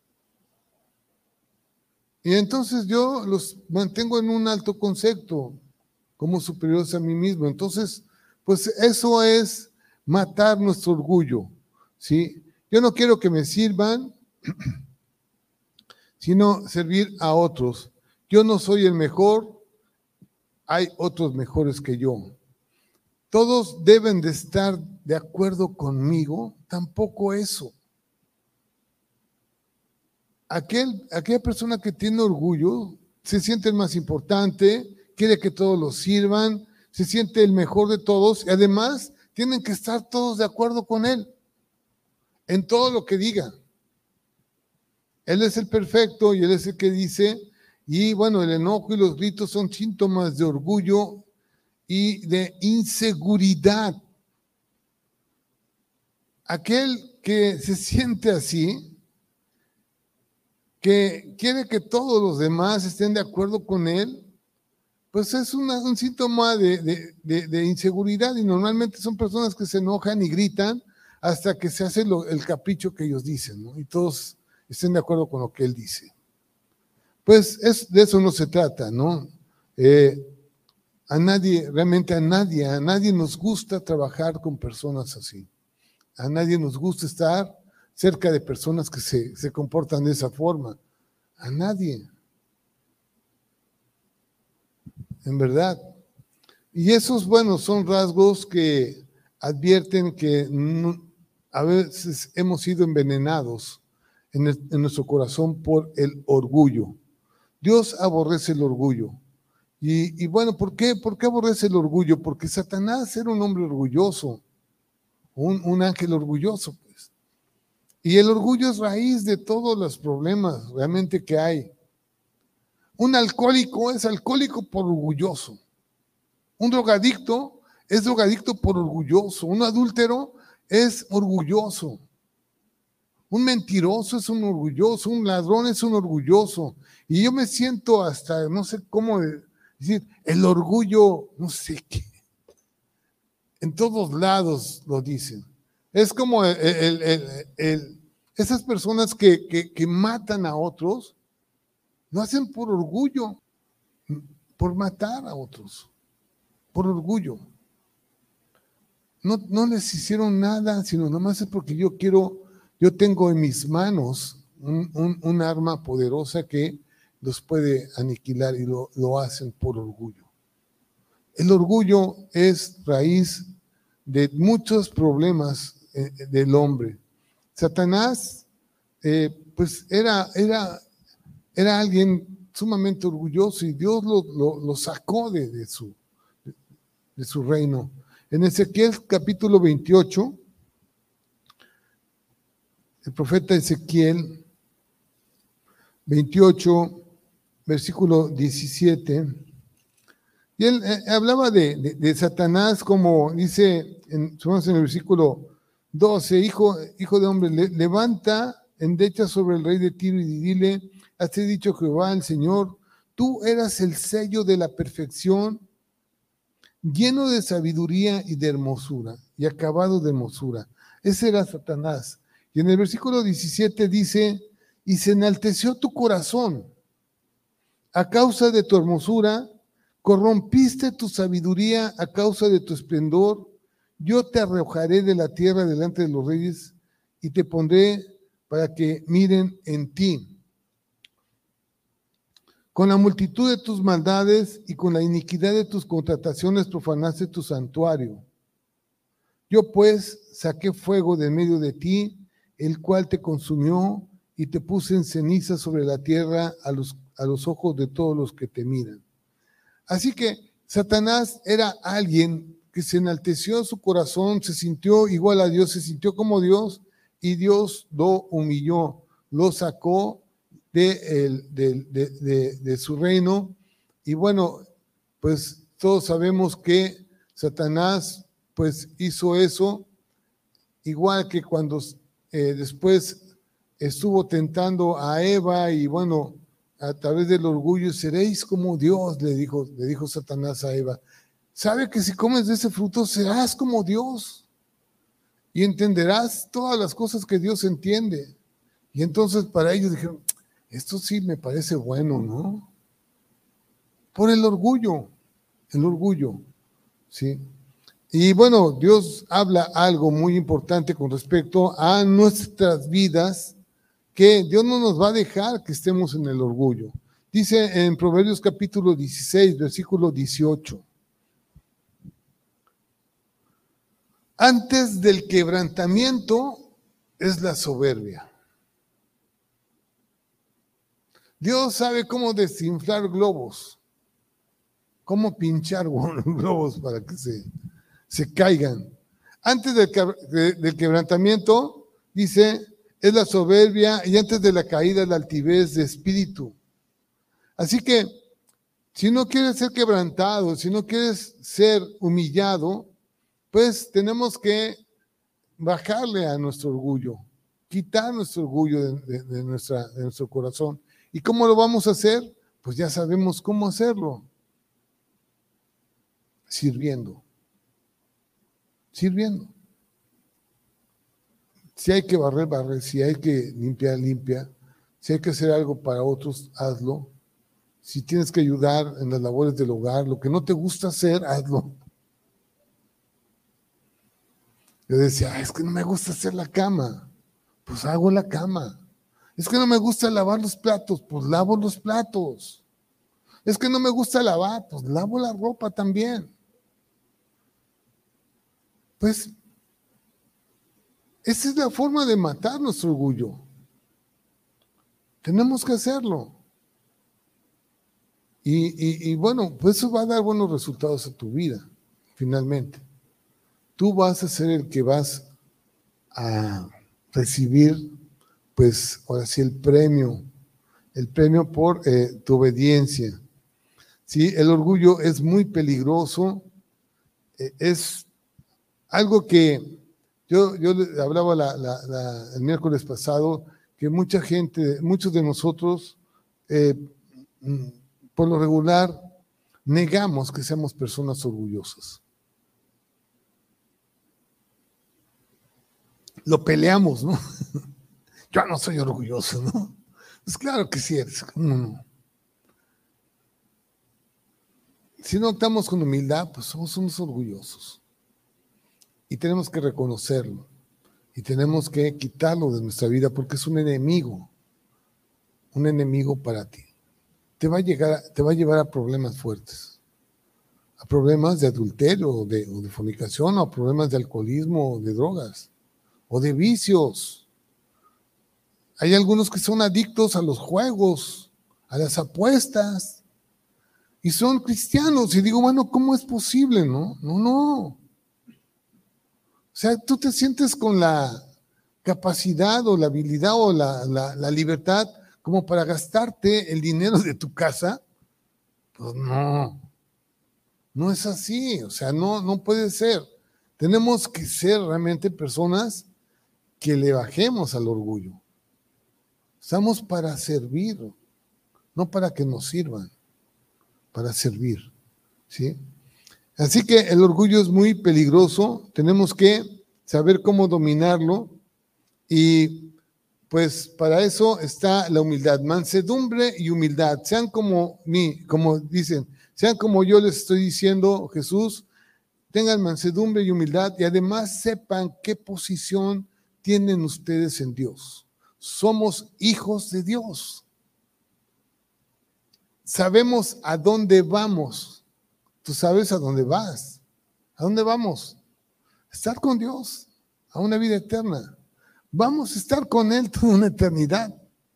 Y entonces yo los mantengo en un alto concepto como superiores a mí mismo. Entonces, pues eso es matar nuestro orgullo, ¿sí? Yo no quiero que me sirvan, sino servir a otros. Yo no soy el mejor, hay otros mejores que yo. Todos deben de estar de acuerdo conmigo, tampoco eso. Aquel, aquella persona que tiene orgullo se siente el más importante, quiere que todos lo sirvan, se siente el mejor de todos y además tienen que estar todos de acuerdo con él en todo lo que diga. Él es el perfecto y él es el que dice, y bueno, el enojo y los gritos son síntomas de orgullo y de inseguridad. Aquel que se siente así, que quiere que todos los demás estén de acuerdo con él, pues es una, un síntoma de, de, de, de inseguridad y normalmente son personas que se enojan y gritan hasta que se hace lo, el capricho que ellos dicen, ¿no? Y todos estén de acuerdo con lo que él dice. Pues es, de eso no se trata, ¿no? Eh, a nadie, realmente a nadie, a nadie nos gusta trabajar con personas así. A nadie nos gusta estar cerca de personas que se, se comportan de esa forma. A nadie. En verdad. Y esos, bueno, son rasgos que advierten que no, a veces hemos sido envenenados en, el, en nuestro corazón por el orgullo. Dios aborrece el orgullo. Y, y bueno, ¿por qué? ¿Por qué aborrece el orgullo? Porque Satanás era un hombre orgulloso, un, un ángel orgulloso, pues. Y el orgullo es raíz de todos los problemas realmente que hay. Un alcohólico es alcohólico por orgulloso. Un drogadicto es drogadicto por orgulloso. Un adúltero es orgulloso. Un mentiroso es un orgulloso, un ladrón es un orgulloso. Y yo me siento hasta, no sé cómo decir, el orgullo, no sé qué. En todos lados lo dicen. Es como el, el, el, el, esas personas que, que, que matan a otros, lo hacen por orgullo, por matar a otros, por orgullo. No, no les hicieron nada, sino nomás es porque yo quiero, yo tengo en mis manos un, un, un arma poderosa que los puede aniquilar y lo, lo hacen por orgullo. El orgullo es raíz de muchos problemas eh, del hombre. Satanás, eh, pues era, era, era alguien sumamente orgulloso y Dios lo, lo, lo sacó de, de, su, de su reino. En Ezequiel capítulo veintiocho, el profeta Ezequiel veintiocho, versículo diecisiete, y él eh, hablaba de, de, de Satanás como dice en, en el versículo doce, hijo, hijo de hombre, le, levanta, endecha sobre el rey de Tiro y dile, así ha dicho Jehová el Señor, tú eras el sello de la perfección, lleno de sabiduría y de hermosura, y acabado de hermosura. Ese era Satanás. Y en el versículo diecisiete dice, y se enalteció tu corazón a causa de tu hermosura, corrompiste tu sabiduría a causa de tu esplendor, yo te arrojaré de la tierra delante de los reyes y te pondré para que miren en ti. Con la multitud de tus maldades y con la iniquidad de tus contrataciones profanaste tu santuario. Yo pues saqué fuego de medio de ti, el cual te consumió y te puse en ceniza sobre la tierra a los, a los ojos de todos los que te miran. Así que Satanás era alguien que se enalteció su corazón, se sintió igual a Dios, se sintió como Dios y Dios lo humilló, lo sacó de, el, de, de, de, de su reino. Y bueno, pues todos sabemos que Satanás pues hizo eso, igual que cuando eh, después estuvo tentando a Eva y bueno, a través del orgullo, seréis como Dios, le dijo, le dijo Satanás a Eva. Sabe que si comes de ese fruto serás como Dios y entenderás todas las cosas que Dios entiende. Y entonces para ellos dijeron, esto sí me parece bueno, ¿no? Por el orgullo, el orgullo, ¿sí? Y bueno, Dios habla algo muy importante con respecto a nuestras vidas, que Dios no nos va a dejar que estemos en el orgullo. Dice en Proverbios capítulo dieciséis, versículo dieciocho. Antes del quebrantamiento es la soberbia. Dios sabe cómo desinflar globos, cómo pinchar globos para que se, se caigan. Antes del, del quebrantamiento, dice, es la soberbia y antes de la caída la altivez de espíritu. Así que, si no quieres ser quebrantado, si no quieres ser humillado, pues tenemos que bajarle a nuestro orgullo, quitar nuestro orgullo de, de, de, nuestra, de nuestro corazón. ¿Y cómo lo vamos a hacer? Pues ya sabemos cómo hacerlo. Sirviendo. Sirviendo. Si hay que barrer, barrer. Si hay que limpiar, limpia. Si hay que hacer algo para otros, hazlo. Si tienes que ayudar en las labores del hogar, lo que no te gusta hacer, hazlo. Yo decía, es que no me gusta hacer la cama. Pues hago la cama. Es que no me gusta lavar los platos, pues lavo los platos. Es que no me gusta lavar, pues lavo la ropa también. Pues esa es la forma de matar nuestro orgullo. Tenemos que hacerlo. Y, y, y bueno, pues eso va a dar buenos resultados a tu vida, finalmente. Tú vas a ser el que vas a recibir, pues ahora sí, el premio, el premio por eh, tu obediencia. Sí, el orgullo es muy peligroso, eh, es algo que Yo, yo le hablaba la, la, la, el miércoles pasado que mucha gente, muchos de nosotros, eh, por lo regular, negamos que seamos personas orgullosas. Lo peleamos, ¿no? Yo no soy orgulloso, ¿no? Pues claro que sí eres, ¿cómo no? Si no actuamos con humildad, pues somos unos orgullosos. Y tenemos que reconocerlo. Y tenemos que quitarlo de nuestra vida porque es un enemigo. Un enemigo para ti. Te va a, llegar a, te va a llevar a problemas fuertes. A problemas de adulterio, o de, o de fornicación, o a problemas de alcoholismo, o de drogas, o de vicios. Hay algunos que son adictos a los juegos, a las apuestas. Y son cristianos. Y digo, bueno, ¿cómo es posible? No, no, no. O sea, tú te sientes con la capacidad o la habilidad o la, la, la libertad como para gastarte el dinero de tu casa. Pues no, no es así. O sea, no, no puede ser. Tenemos que ser realmente personas que le bajemos al orgullo. Estamos para servir, no para que nos sirvan, para servir, ¿sí? Así que el orgullo es muy peligroso, tenemos que saber cómo dominarlo y pues para eso está la humildad, mansedumbre y humildad. Sean como mí, como dicen, sean como yo les estoy diciendo, Jesús, tengan mansedumbre y humildad y además sepan qué posición tienen ustedes en Dios. Somos hijos de Dios. Sabemos a dónde vamos. Tú sabes a dónde vas. ¿A dónde vamos? Estar con Dios, a una vida eterna. Vamos a estar con Él toda una eternidad.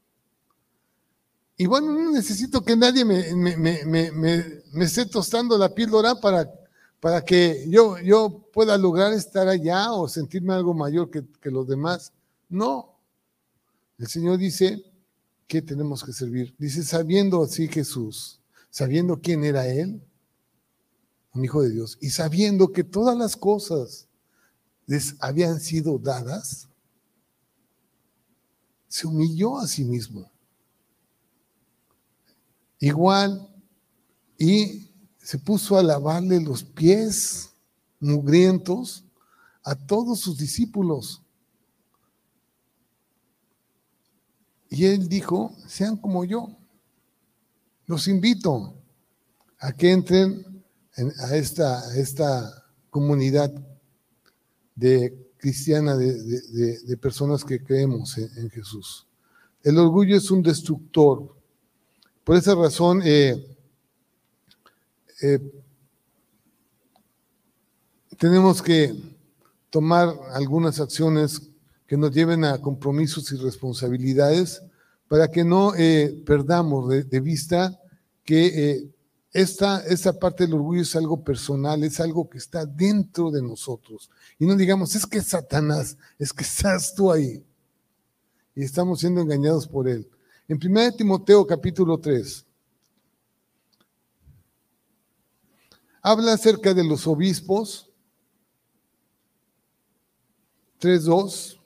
Y bueno, no necesito que nadie me, me, me, me, me, me esté tostando la píldora para, para que yo, yo pueda lograr estar allá o sentirme algo mayor que, que los demás. No. El Señor dice que tenemos que servir. Dice, sabiendo así Jesús, sabiendo quién era Él, un hijo de Dios, y sabiendo que todas las cosas les habían sido dadas, se humilló a sí mismo. Igual, y se puso a lavarle los pies mugrientos a todos sus discípulos. Y él dijo, sean como yo. Los invito a que entren en, a, esta, a esta comunidad de cristiana de, de, de, de personas que creemos en, en Jesús. El orgullo es un destructor. Por esa razón, eh, eh, tenemos que tomar algunas acciones que nos lleven a compromisos y responsabilidades para que no eh, perdamos de, de vista que eh, esta, esta parte del orgullo es algo personal, es algo que está dentro de nosotros. Y no digamos, es que es Satanás, es que estás tú ahí. Y estamos siendo engañados por él. En primera de Timoteo capítulo tres, habla acerca de los obispos, tres dos.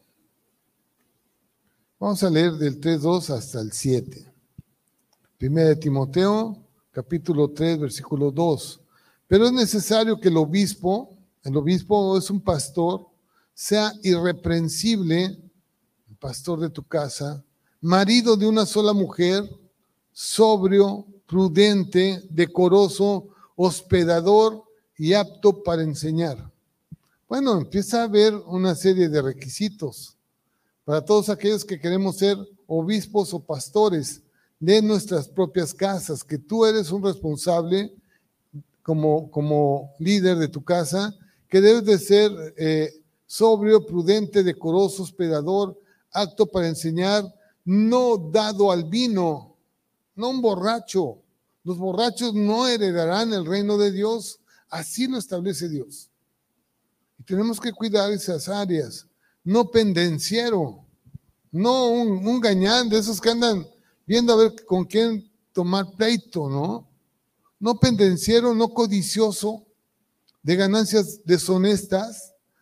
Vamos a leer del tres dos hasta el siete. Primera de Timoteo, capítulo tres, versículo dos. Pero es necesario que el obispo, el obispo es un pastor, sea irreprensible, el pastor de tu casa, marido de una sola mujer, sobrio, prudente, decoroso, hospedador y apto para enseñar. Bueno, empieza a haber una serie de requisitos para todos aquellos que queremos ser obispos o pastores de nuestras propias casas, que tú eres un responsable como, como líder de tu casa, que debes de ser eh, sobrio, prudente, decoroso, hospedador, apto para enseñar, no dado al vino, no un borracho. Los borrachos no heredarán el reino de Dios, así lo establece Dios. Y tenemos que cuidar esas áreas. No pendenciero, no un, un gañán de esos que andan viendo a ver con quién tomar pleito, ¿no? No pendenciero, no codicioso de ganancias deshonestas,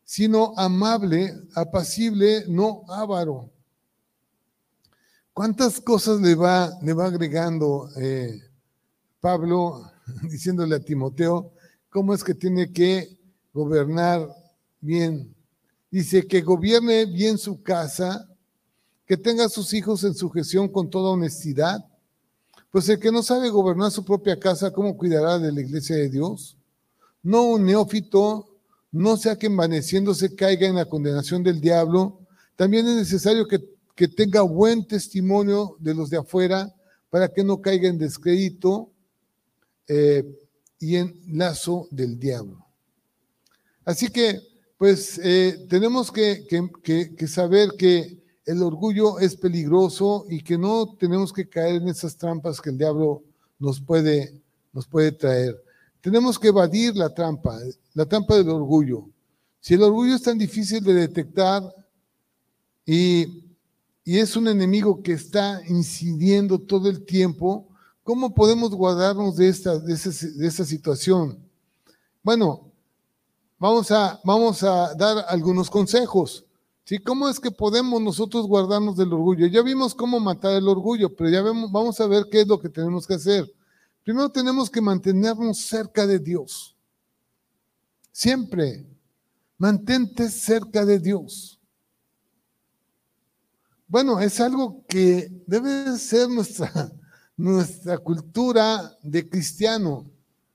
sino amable, apacible, no avaro. ¿Cuántas cosas le va, le va agregando eh, Pablo, diciéndole a Timoteo cómo es que tiene que gobernar bien? Dice que gobierne bien su casa, que tenga a sus hijos en sujeción con toda honestidad. Pues el que no sabe gobernar su propia casa, ¿cómo cuidará de la iglesia de Dios? No un neófito, no sea que envaneciéndose caiga en la condenación del diablo. También es necesario que, que tenga buen testimonio de los de afuera para que no caiga en descrédito eh, y en lazo del diablo. Así que, pues, eh, tenemos que, que, que, que saber que el orgullo es peligroso y que no tenemos que caer en esas trampas que el diablo nos puede, nos puede traer. Tenemos que evadir la trampa, la trampa del orgullo. Si el orgullo es tan difícil de detectar y, y es un enemigo que está incidiendo todo el tiempo, ¿cómo podemos guardarnos de esta, de esa, de esa situación? Bueno, vamos a, vamos a dar algunos consejos. ¿Sí? ¿Cómo es que podemos nosotros guardarnos del orgullo? Ya vimos cómo matar el orgullo, pero ya vemos, vamos a ver qué es lo que tenemos que hacer. Primero tenemos que mantenernos cerca de Dios. Siempre, mantente cerca de Dios. Bueno, es algo que debe ser nuestra, nuestra cultura de cristiano.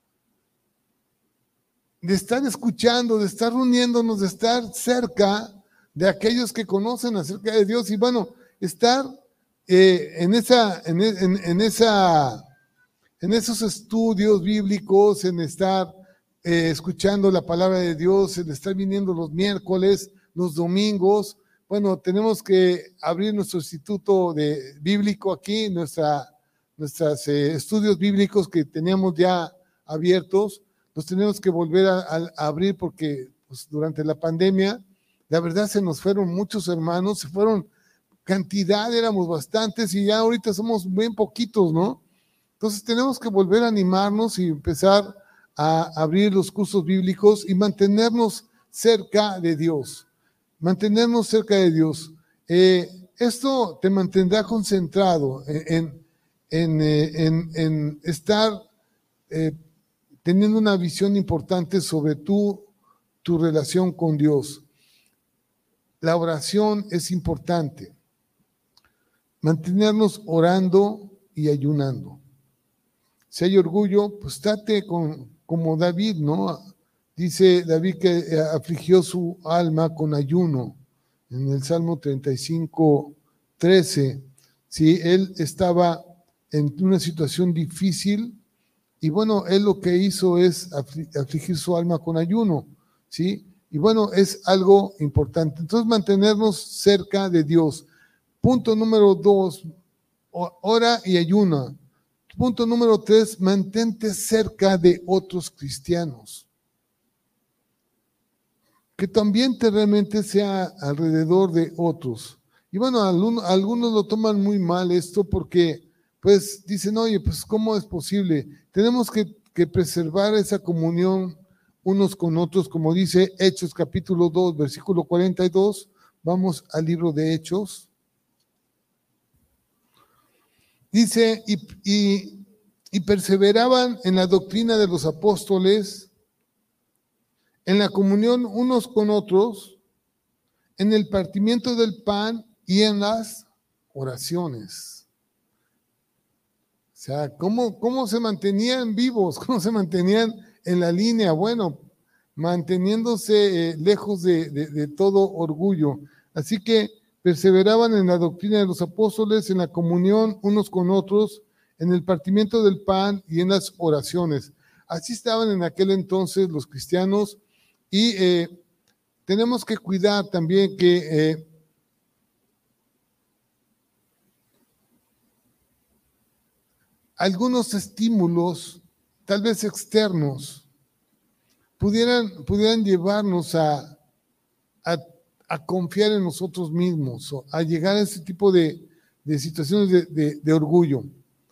De estar escuchando, de estar reuniéndonos, de estar cerca de aquellos que conocen acerca de Dios y bueno, estar eh, en, esa, en, en, en, esa, en esos estudios bíblicos, en estar eh, escuchando la palabra de Dios, en estar viniendo los miércoles, los domingos. Bueno, tenemos que abrir nuestro instituto de, bíblico aquí, nuestra, nuestros eh, estudios bíblicos que teníamos ya abiertos, los tenemos que volver a, a, a abrir porque pues, durante la pandemia la verdad se nos fueron muchos hermanos, se fueron cantidad, éramos bastantes y ya ahorita somos bien poquitos, ¿no? Entonces tenemos que volver a animarnos y empezar a abrir los cursos bíblicos y mantenernos cerca de Dios, mantenernos cerca de Dios. Eh, esto te mantendrá concentrado en, en, en, en estar eh, teniendo una visión importante sobre tu, tu relación con Dios. La oración es importante. Mantenernos orando y ayunando. Si hay orgullo, pues trate con, como David, ¿no? Dice David que afligió su alma con ayuno. En el Salmo treinta y cinco, trece. Sí, él estaba en una situación difícil y bueno, él lo que hizo es afligir su alma con ayuno, ¿sí? Y bueno, es algo importante. Entonces, mantenernos cerca de Dios. Punto número dos, ora y ayuna. Punto número tres, mantente cerca de otros cristianos. Que tu ambiente realmente sea alrededor de otros. Y bueno, algunos, algunos lo toman muy mal esto porque, pues, dicen, oye, pues, ¿cómo es posible? Tenemos que, que preservar esa comunión unos con otros, como dice Hechos capítulo dos, versículo cuarenta y dos. Vamos al libro de Hechos. Dice, y, y, y perseveraban en la doctrina de los apóstoles, en la comunión unos con otros, en el partimiento del pan y en las oraciones. O sea, ¿cómo, cómo se mantenían vivos? ¿Cómo se mantenían en la línea? Bueno, manteniéndose eh, lejos de, de, de todo orgullo. Así que perseveraban en la doctrina de los apóstoles, en la comunión unos con otros, en el partimiento del pan y en las oraciones. Así estaban en aquel entonces los cristianos y eh, tenemos que cuidar también que eh, algunos estímulos, tal vez externos, pudieran, pudieran llevarnos a, a, a confiar en nosotros mismos, o a llegar a ese tipo de, de situaciones de, de, de orgullo.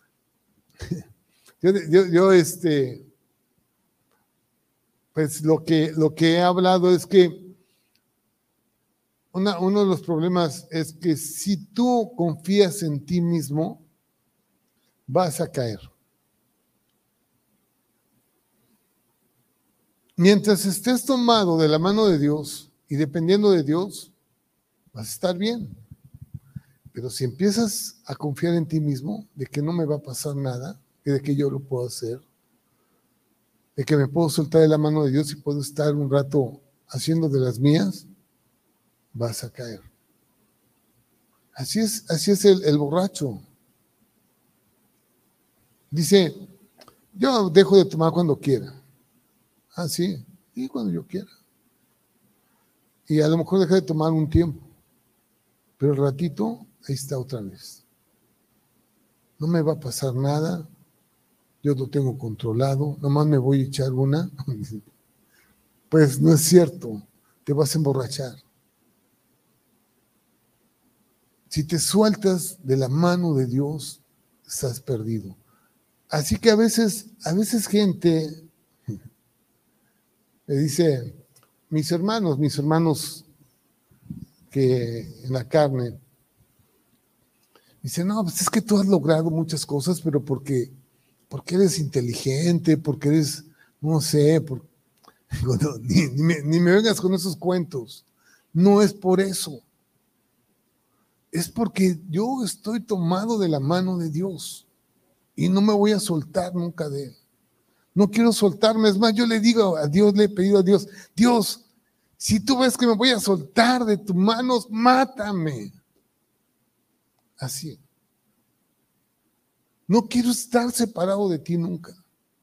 Yo, yo, yo, este, pues lo que, lo que he hablado es que una, uno de los problemas es que si tú confías en ti mismo, vas a caer. Mientras estés tomado de la mano de Dios y dependiendo de Dios, vas a estar bien. Pero si empiezas a confiar en ti mismo, de que no me va a pasar nada, y de que yo lo puedo hacer, de que me puedo soltar de la mano de Dios y puedo estar un rato haciendo de las mías, vas a caer. Así es, así es el, el borracho. Dice, yo dejo de tomar cuando quiera. Ah, sí, y cuando yo quiera. Y a lo mejor deja de tomar un tiempo, pero el ratito, ahí está otra vez. No me va a pasar nada, yo lo tengo controlado, nomás me voy a echar una. Pues no es cierto, te vas a emborrachar. Si te sueltas de la mano de Dios, estás perdido. Así que a veces, a veces gente me dice, mis hermanos, mis hermanos que en la carne, dicen, no, pues es que tú has logrado muchas cosas, pero porque, porque eres inteligente, porque eres, no sé, por, no, ni, ni, me, ni me vengas con esos cuentos. No es por eso. Es porque yo estoy tomado de la mano de Dios y no me voy a soltar nunca de Él. No quiero soltarme. Es más, yo le digo a Dios, le he pedido a Dios, Dios, si tú ves que me voy a soltar de tus manos, mátame. Así. No quiero estar separado de ti nunca.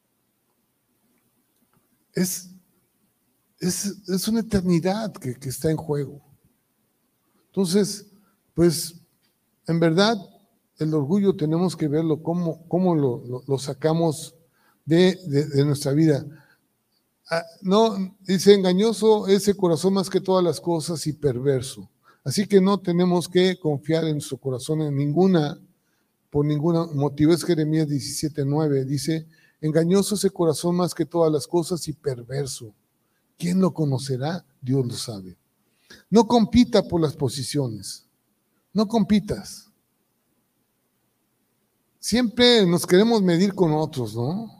Es, es, es una eternidad que, que está en juego. Entonces, pues, en verdad, el orgullo tenemos que verlo, cómo, cómo lo, lo, lo sacamos de, de, de nuestra vida. Ah, no, dice, engañoso ese corazón más que todas las cosas y perverso. Así que no tenemos que confiar en nuestro corazón en ninguna, por ningún motivo. Es Jeremías diecisiete nueve, dice, engañoso ese corazón más que todas las cosas y perverso. ¿Quién lo conocerá? Dios lo sabe. No compita por las posiciones. No compitas. Siempre nos queremos medir con otros, ¿no?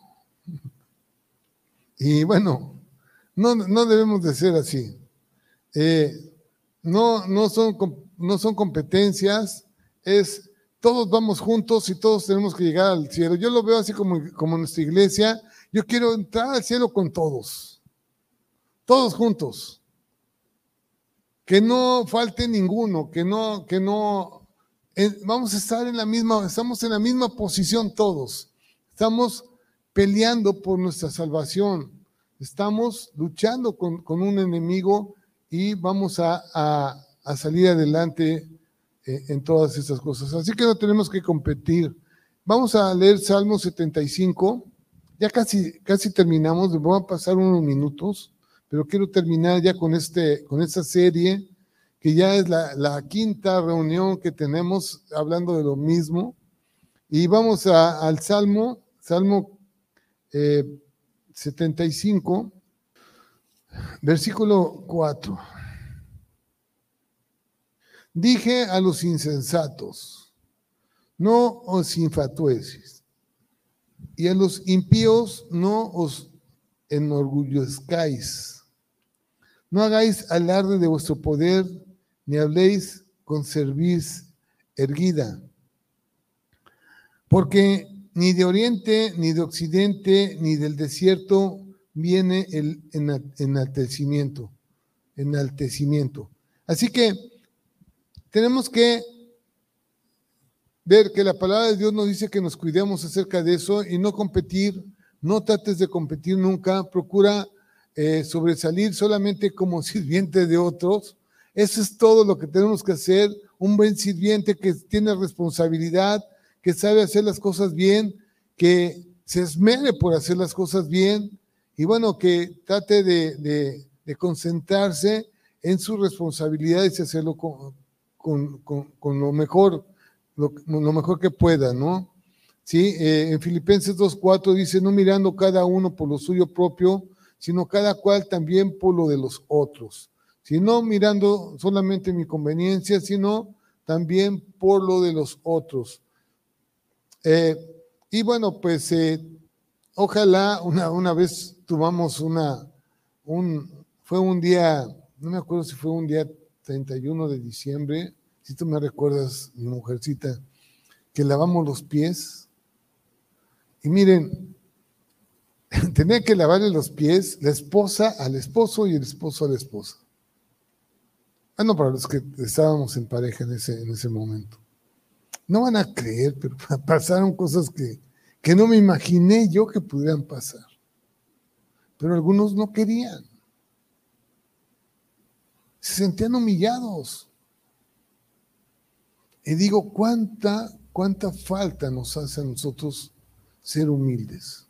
Y bueno, no, no debemos de ser así. Eh, no, no, son, no son competencias, es todos vamos juntos y todos tenemos que llegar al cielo. Yo lo veo así como, como en nuestra iglesia. Yo quiero entrar al cielo con todos, todos juntos. Que no falte ninguno, que no, que no, eh, vamos a estar en la misma, estamos en la misma posición todos. Estamos peleando por nuestra salvación. Estamos luchando con, con un enemigo y vamos a, a, a salir adelante eh, en todas estas cosas. Así que no tenemos que competir. Vamos a leer Salmo setenta y cinco. Ya casi, casi terminamos, voy a pasar unos minutos, pero quiero terminar ya con, este, con esta serie, que ya es la, la quinta reunión que tenemos hablando de lo mismo. Y vamos a, al Salmo, Salmo eh, setenta y cinco, versículo cuatro. Dije a los insensatos, no os infatuéis, y a los impíos no os enorgullezcáis. No hagáis alarde de vuestro poder, ni habléis con cerviz erguida. Porque ni de oriente, ni de occidente, ni del desierto viene el enaltecimiento. enaltecimiento. Así que tenemos que ver que la palabra de Dios nos dice que nos cuidemos acerca de eso y no competir. No trates de competir nunca. Procura eh, sobresalir solamente como sirviente de otros. Eso es todo lo que tenemos que hacer. Un buen sirviente que tiene responsabilidad, que sabe hacer las cosas bien, que se esmere por hacer las cosas bien y bueno, que trate de, de, de concentrarse en sus responsabilidades y hacerlo con, con, con, con lo mejor, lo, lo mejor que pueda, ¿no? Sí, eh, en Filipenses dos cuatro dice, no mirando cada uno por lo suyo propio, sino cada cual también por lo de los otros. sino mirando solamente mi conveniencia, sino también por lo de los otros. Eh, y bueno, pues eh, ojalá una, una vez tuvimos una, un, fue un día, no me acuerdo si fue un día treinta y uno de diciembre, si tú me recuerdas, mi mujercita, que lavamos los pies. Y miren, tenía que lavarle los pies la esposa al esposo y el esposo a la esposa. Bueno, para los que estábamos en pareja en ese, en ese momento. No van a creer, pero pasaron cosas que, que no me imaginé yo que pudieran pasar. Pero algunos no querían. Se sentían humillados. Y digo, ¿cuánta, cuánta falta nos hace a nosotros ser humildes?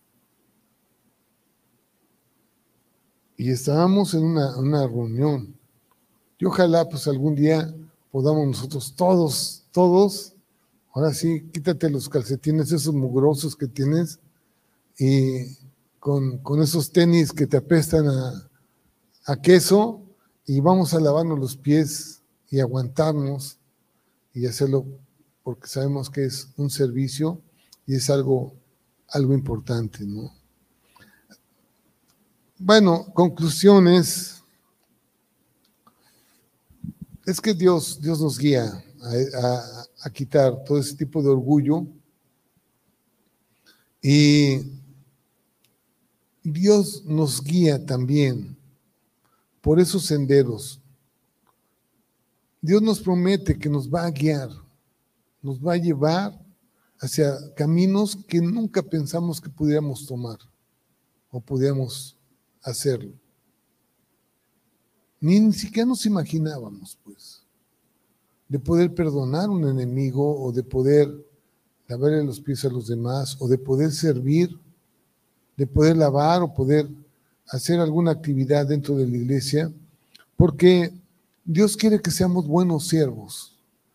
Y estábamos en una, una reunión. Y ojalá pues algún día podamos nosotros todos, todos, ahora sí, quítate los calcetines esos mugrosos que tienes y con, con esos tenis que te apestan a, a queso y vamos a lavarnos los pies y aguantarnos y hacerlo porque sabemos que es un servicio y es algo, algo importante, ¿no? Bueno, conclusiones. Es que Dios, Dios nos guía a, a, a quitar todo ese tipo de orgullo y Dios nos guía también por esos senderos. Dios nos promete que nos va a guiar, nos va a llevar hacia caminos que nunca pensamos que pudiéramos tomar o pudiéramos hacerlo. Ni, ni siquiera nos imaginábamos, pues, de poder perdonar a un enemigo o de poder lavarle los pies a los demás o de poder servir, de poder lavar o poder hacer alguna actividad dentro de la iglesia, porque Dios quiere que seamos buenos siervos,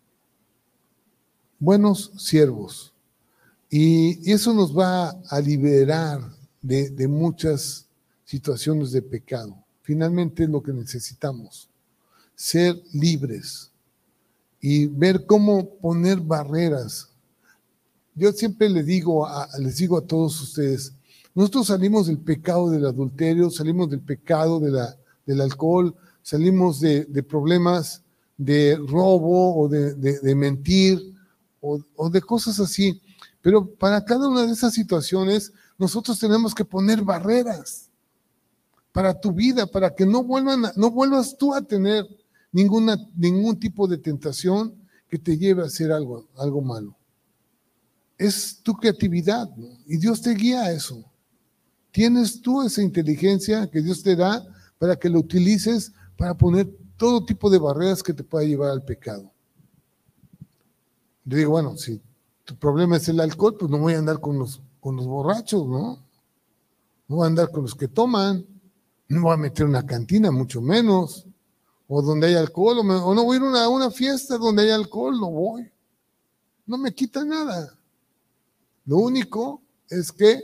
buenos siervos. Y eso nos va a liberar de, de muchas situaciones de pecado. Finalmente es lo que necesitamos, ser libres y ver cómo poner barreras. Yo siempre les digo a, les digo a todos ustedes, nosotros salimos del pecado del adulterio, salimos del pecado de la, del alcohol, salimos de, de problemas de robo o de, de, de mentir o, o de cosas así. Pero para cada una de esas situaciones nosotros tenemos que poner barreras para tu vida, para que no, vuelvan a, no vuelvas tú a tener ninguna, ningún tipo de tentación que te lleve a hacer algo, algo malo. Es tu creatividad, ¿no? Y Dios te guía a eso. Tienes tú esa inteligencia que Dios te da para que lo utilices para poner todo tipo de barreras que te pueda llevar al pecado. Yo digo, bueno, si tu problema es el alcohol, pues no voy a andar con los, con los borrachos, ¿no? No voy a andar con los que toman. No voy a meter una cantina, mucho menos, o donde hay alcohol, o, me, o no voy a ir a una, una fiesta donde hay alcohol, no voy. No me quita nada. Lo único es que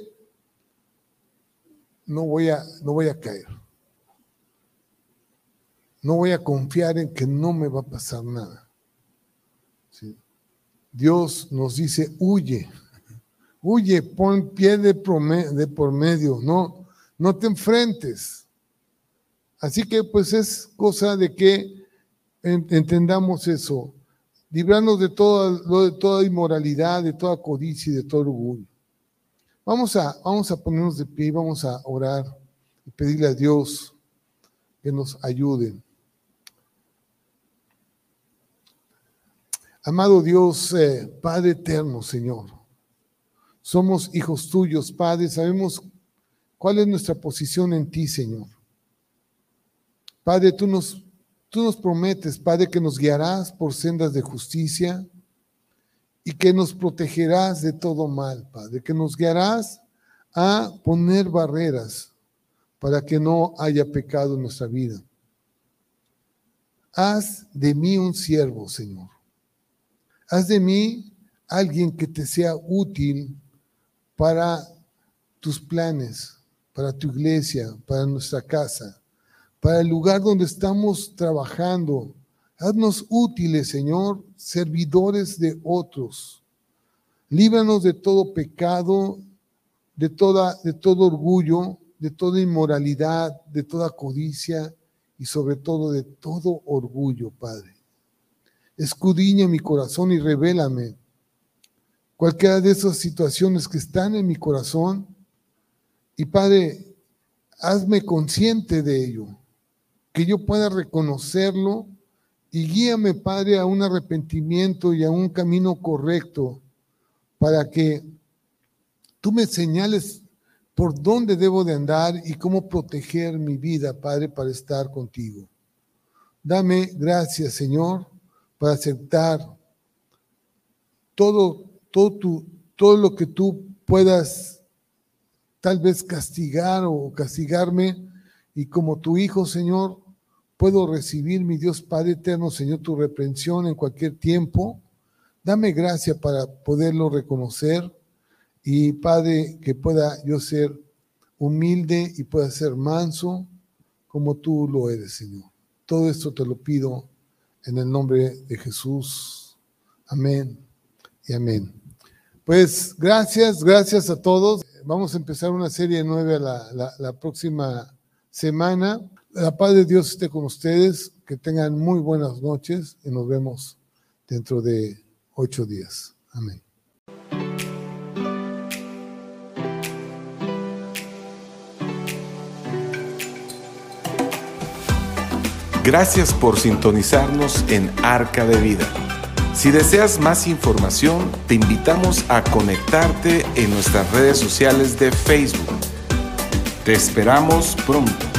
no voy a, no voy a caer. No voy a confiar en que no me va a pasar nada. ¿Sí? Dios nos dice, huye, huye, pon pie de, promedio, de por medio, no, no te enfrentes. Así que pues es cosa de que entendamos eso, librarnos de toda, de toda inmoralidad, de toda codicia y de todo orgullo. Vamos a, vamos a ponernos de pie y vamos a orar y pedirle a Dios que nos ayude. Amado Dios, eh, Padre eterno, Señor, somos hijos tuyos, Padre, sabemos cuál es nuestra posición en ti, Señor. Padre, tú nos, tú nos prometes, Padre, que nos guiarás por sendas de justicia y que nos protegerás de todo mal, Padre, que nos guiarás a poner barreras para que no haya pecado en nuestra vida. Haz de mí un siervo, Señor. Haz de mí alguien que te sea útil para tus planes, para tu iglesia, para nuestra casa, para el lugar donde estamos trabajando. Haznos útiles, Señor, servidores de otros. Líbranos de todo pecado, de, toda, de todo orgullo, de toda inmoralidad, de toda codicia y sobre todo de todo orgullo, Padre. Escudriña mi corazón y revélame cualquiera de esas situaciones que están en mi corazón. Y Padre, hazme consciente de ello, que yo pueda reconocerlo y guíame, Padre, a un arrepentimiento y a un camino correcto para que tú me señales por dónde debo de andar y cómo proteger mi vida, Padre, para estar contigo. Dame gracias, Señor, para aceptar todo, todo, tu, todo lo que tú puedas tal vez castigar o castigarme, y como tu Hijo, Señor, puedo recibir, mi Dios Padre eterno, Señor, tu reprensión en cualquier tiempo. Dame gracia para poderlo reconocer y, Padre, que pueda yo ser humilde y pueda ser manso como tú lo eres, Señor. Todo esto te lo pido en el nombre de Jesús. Amén y amén. Pues gracias, gracias a todos. Vamos a empezar una serie nueva la, la, la próxima semana. La paz de Dios esté con ustedes. Que tengan muy buenas noches y nos vemos dentro de ocho días. Amén. Gracias por sintonizarnos en Arca de Vida. Si deseas más información, te invitamos a conectarte en nuestras redes sociales de Facebook. Te esperamos pronto.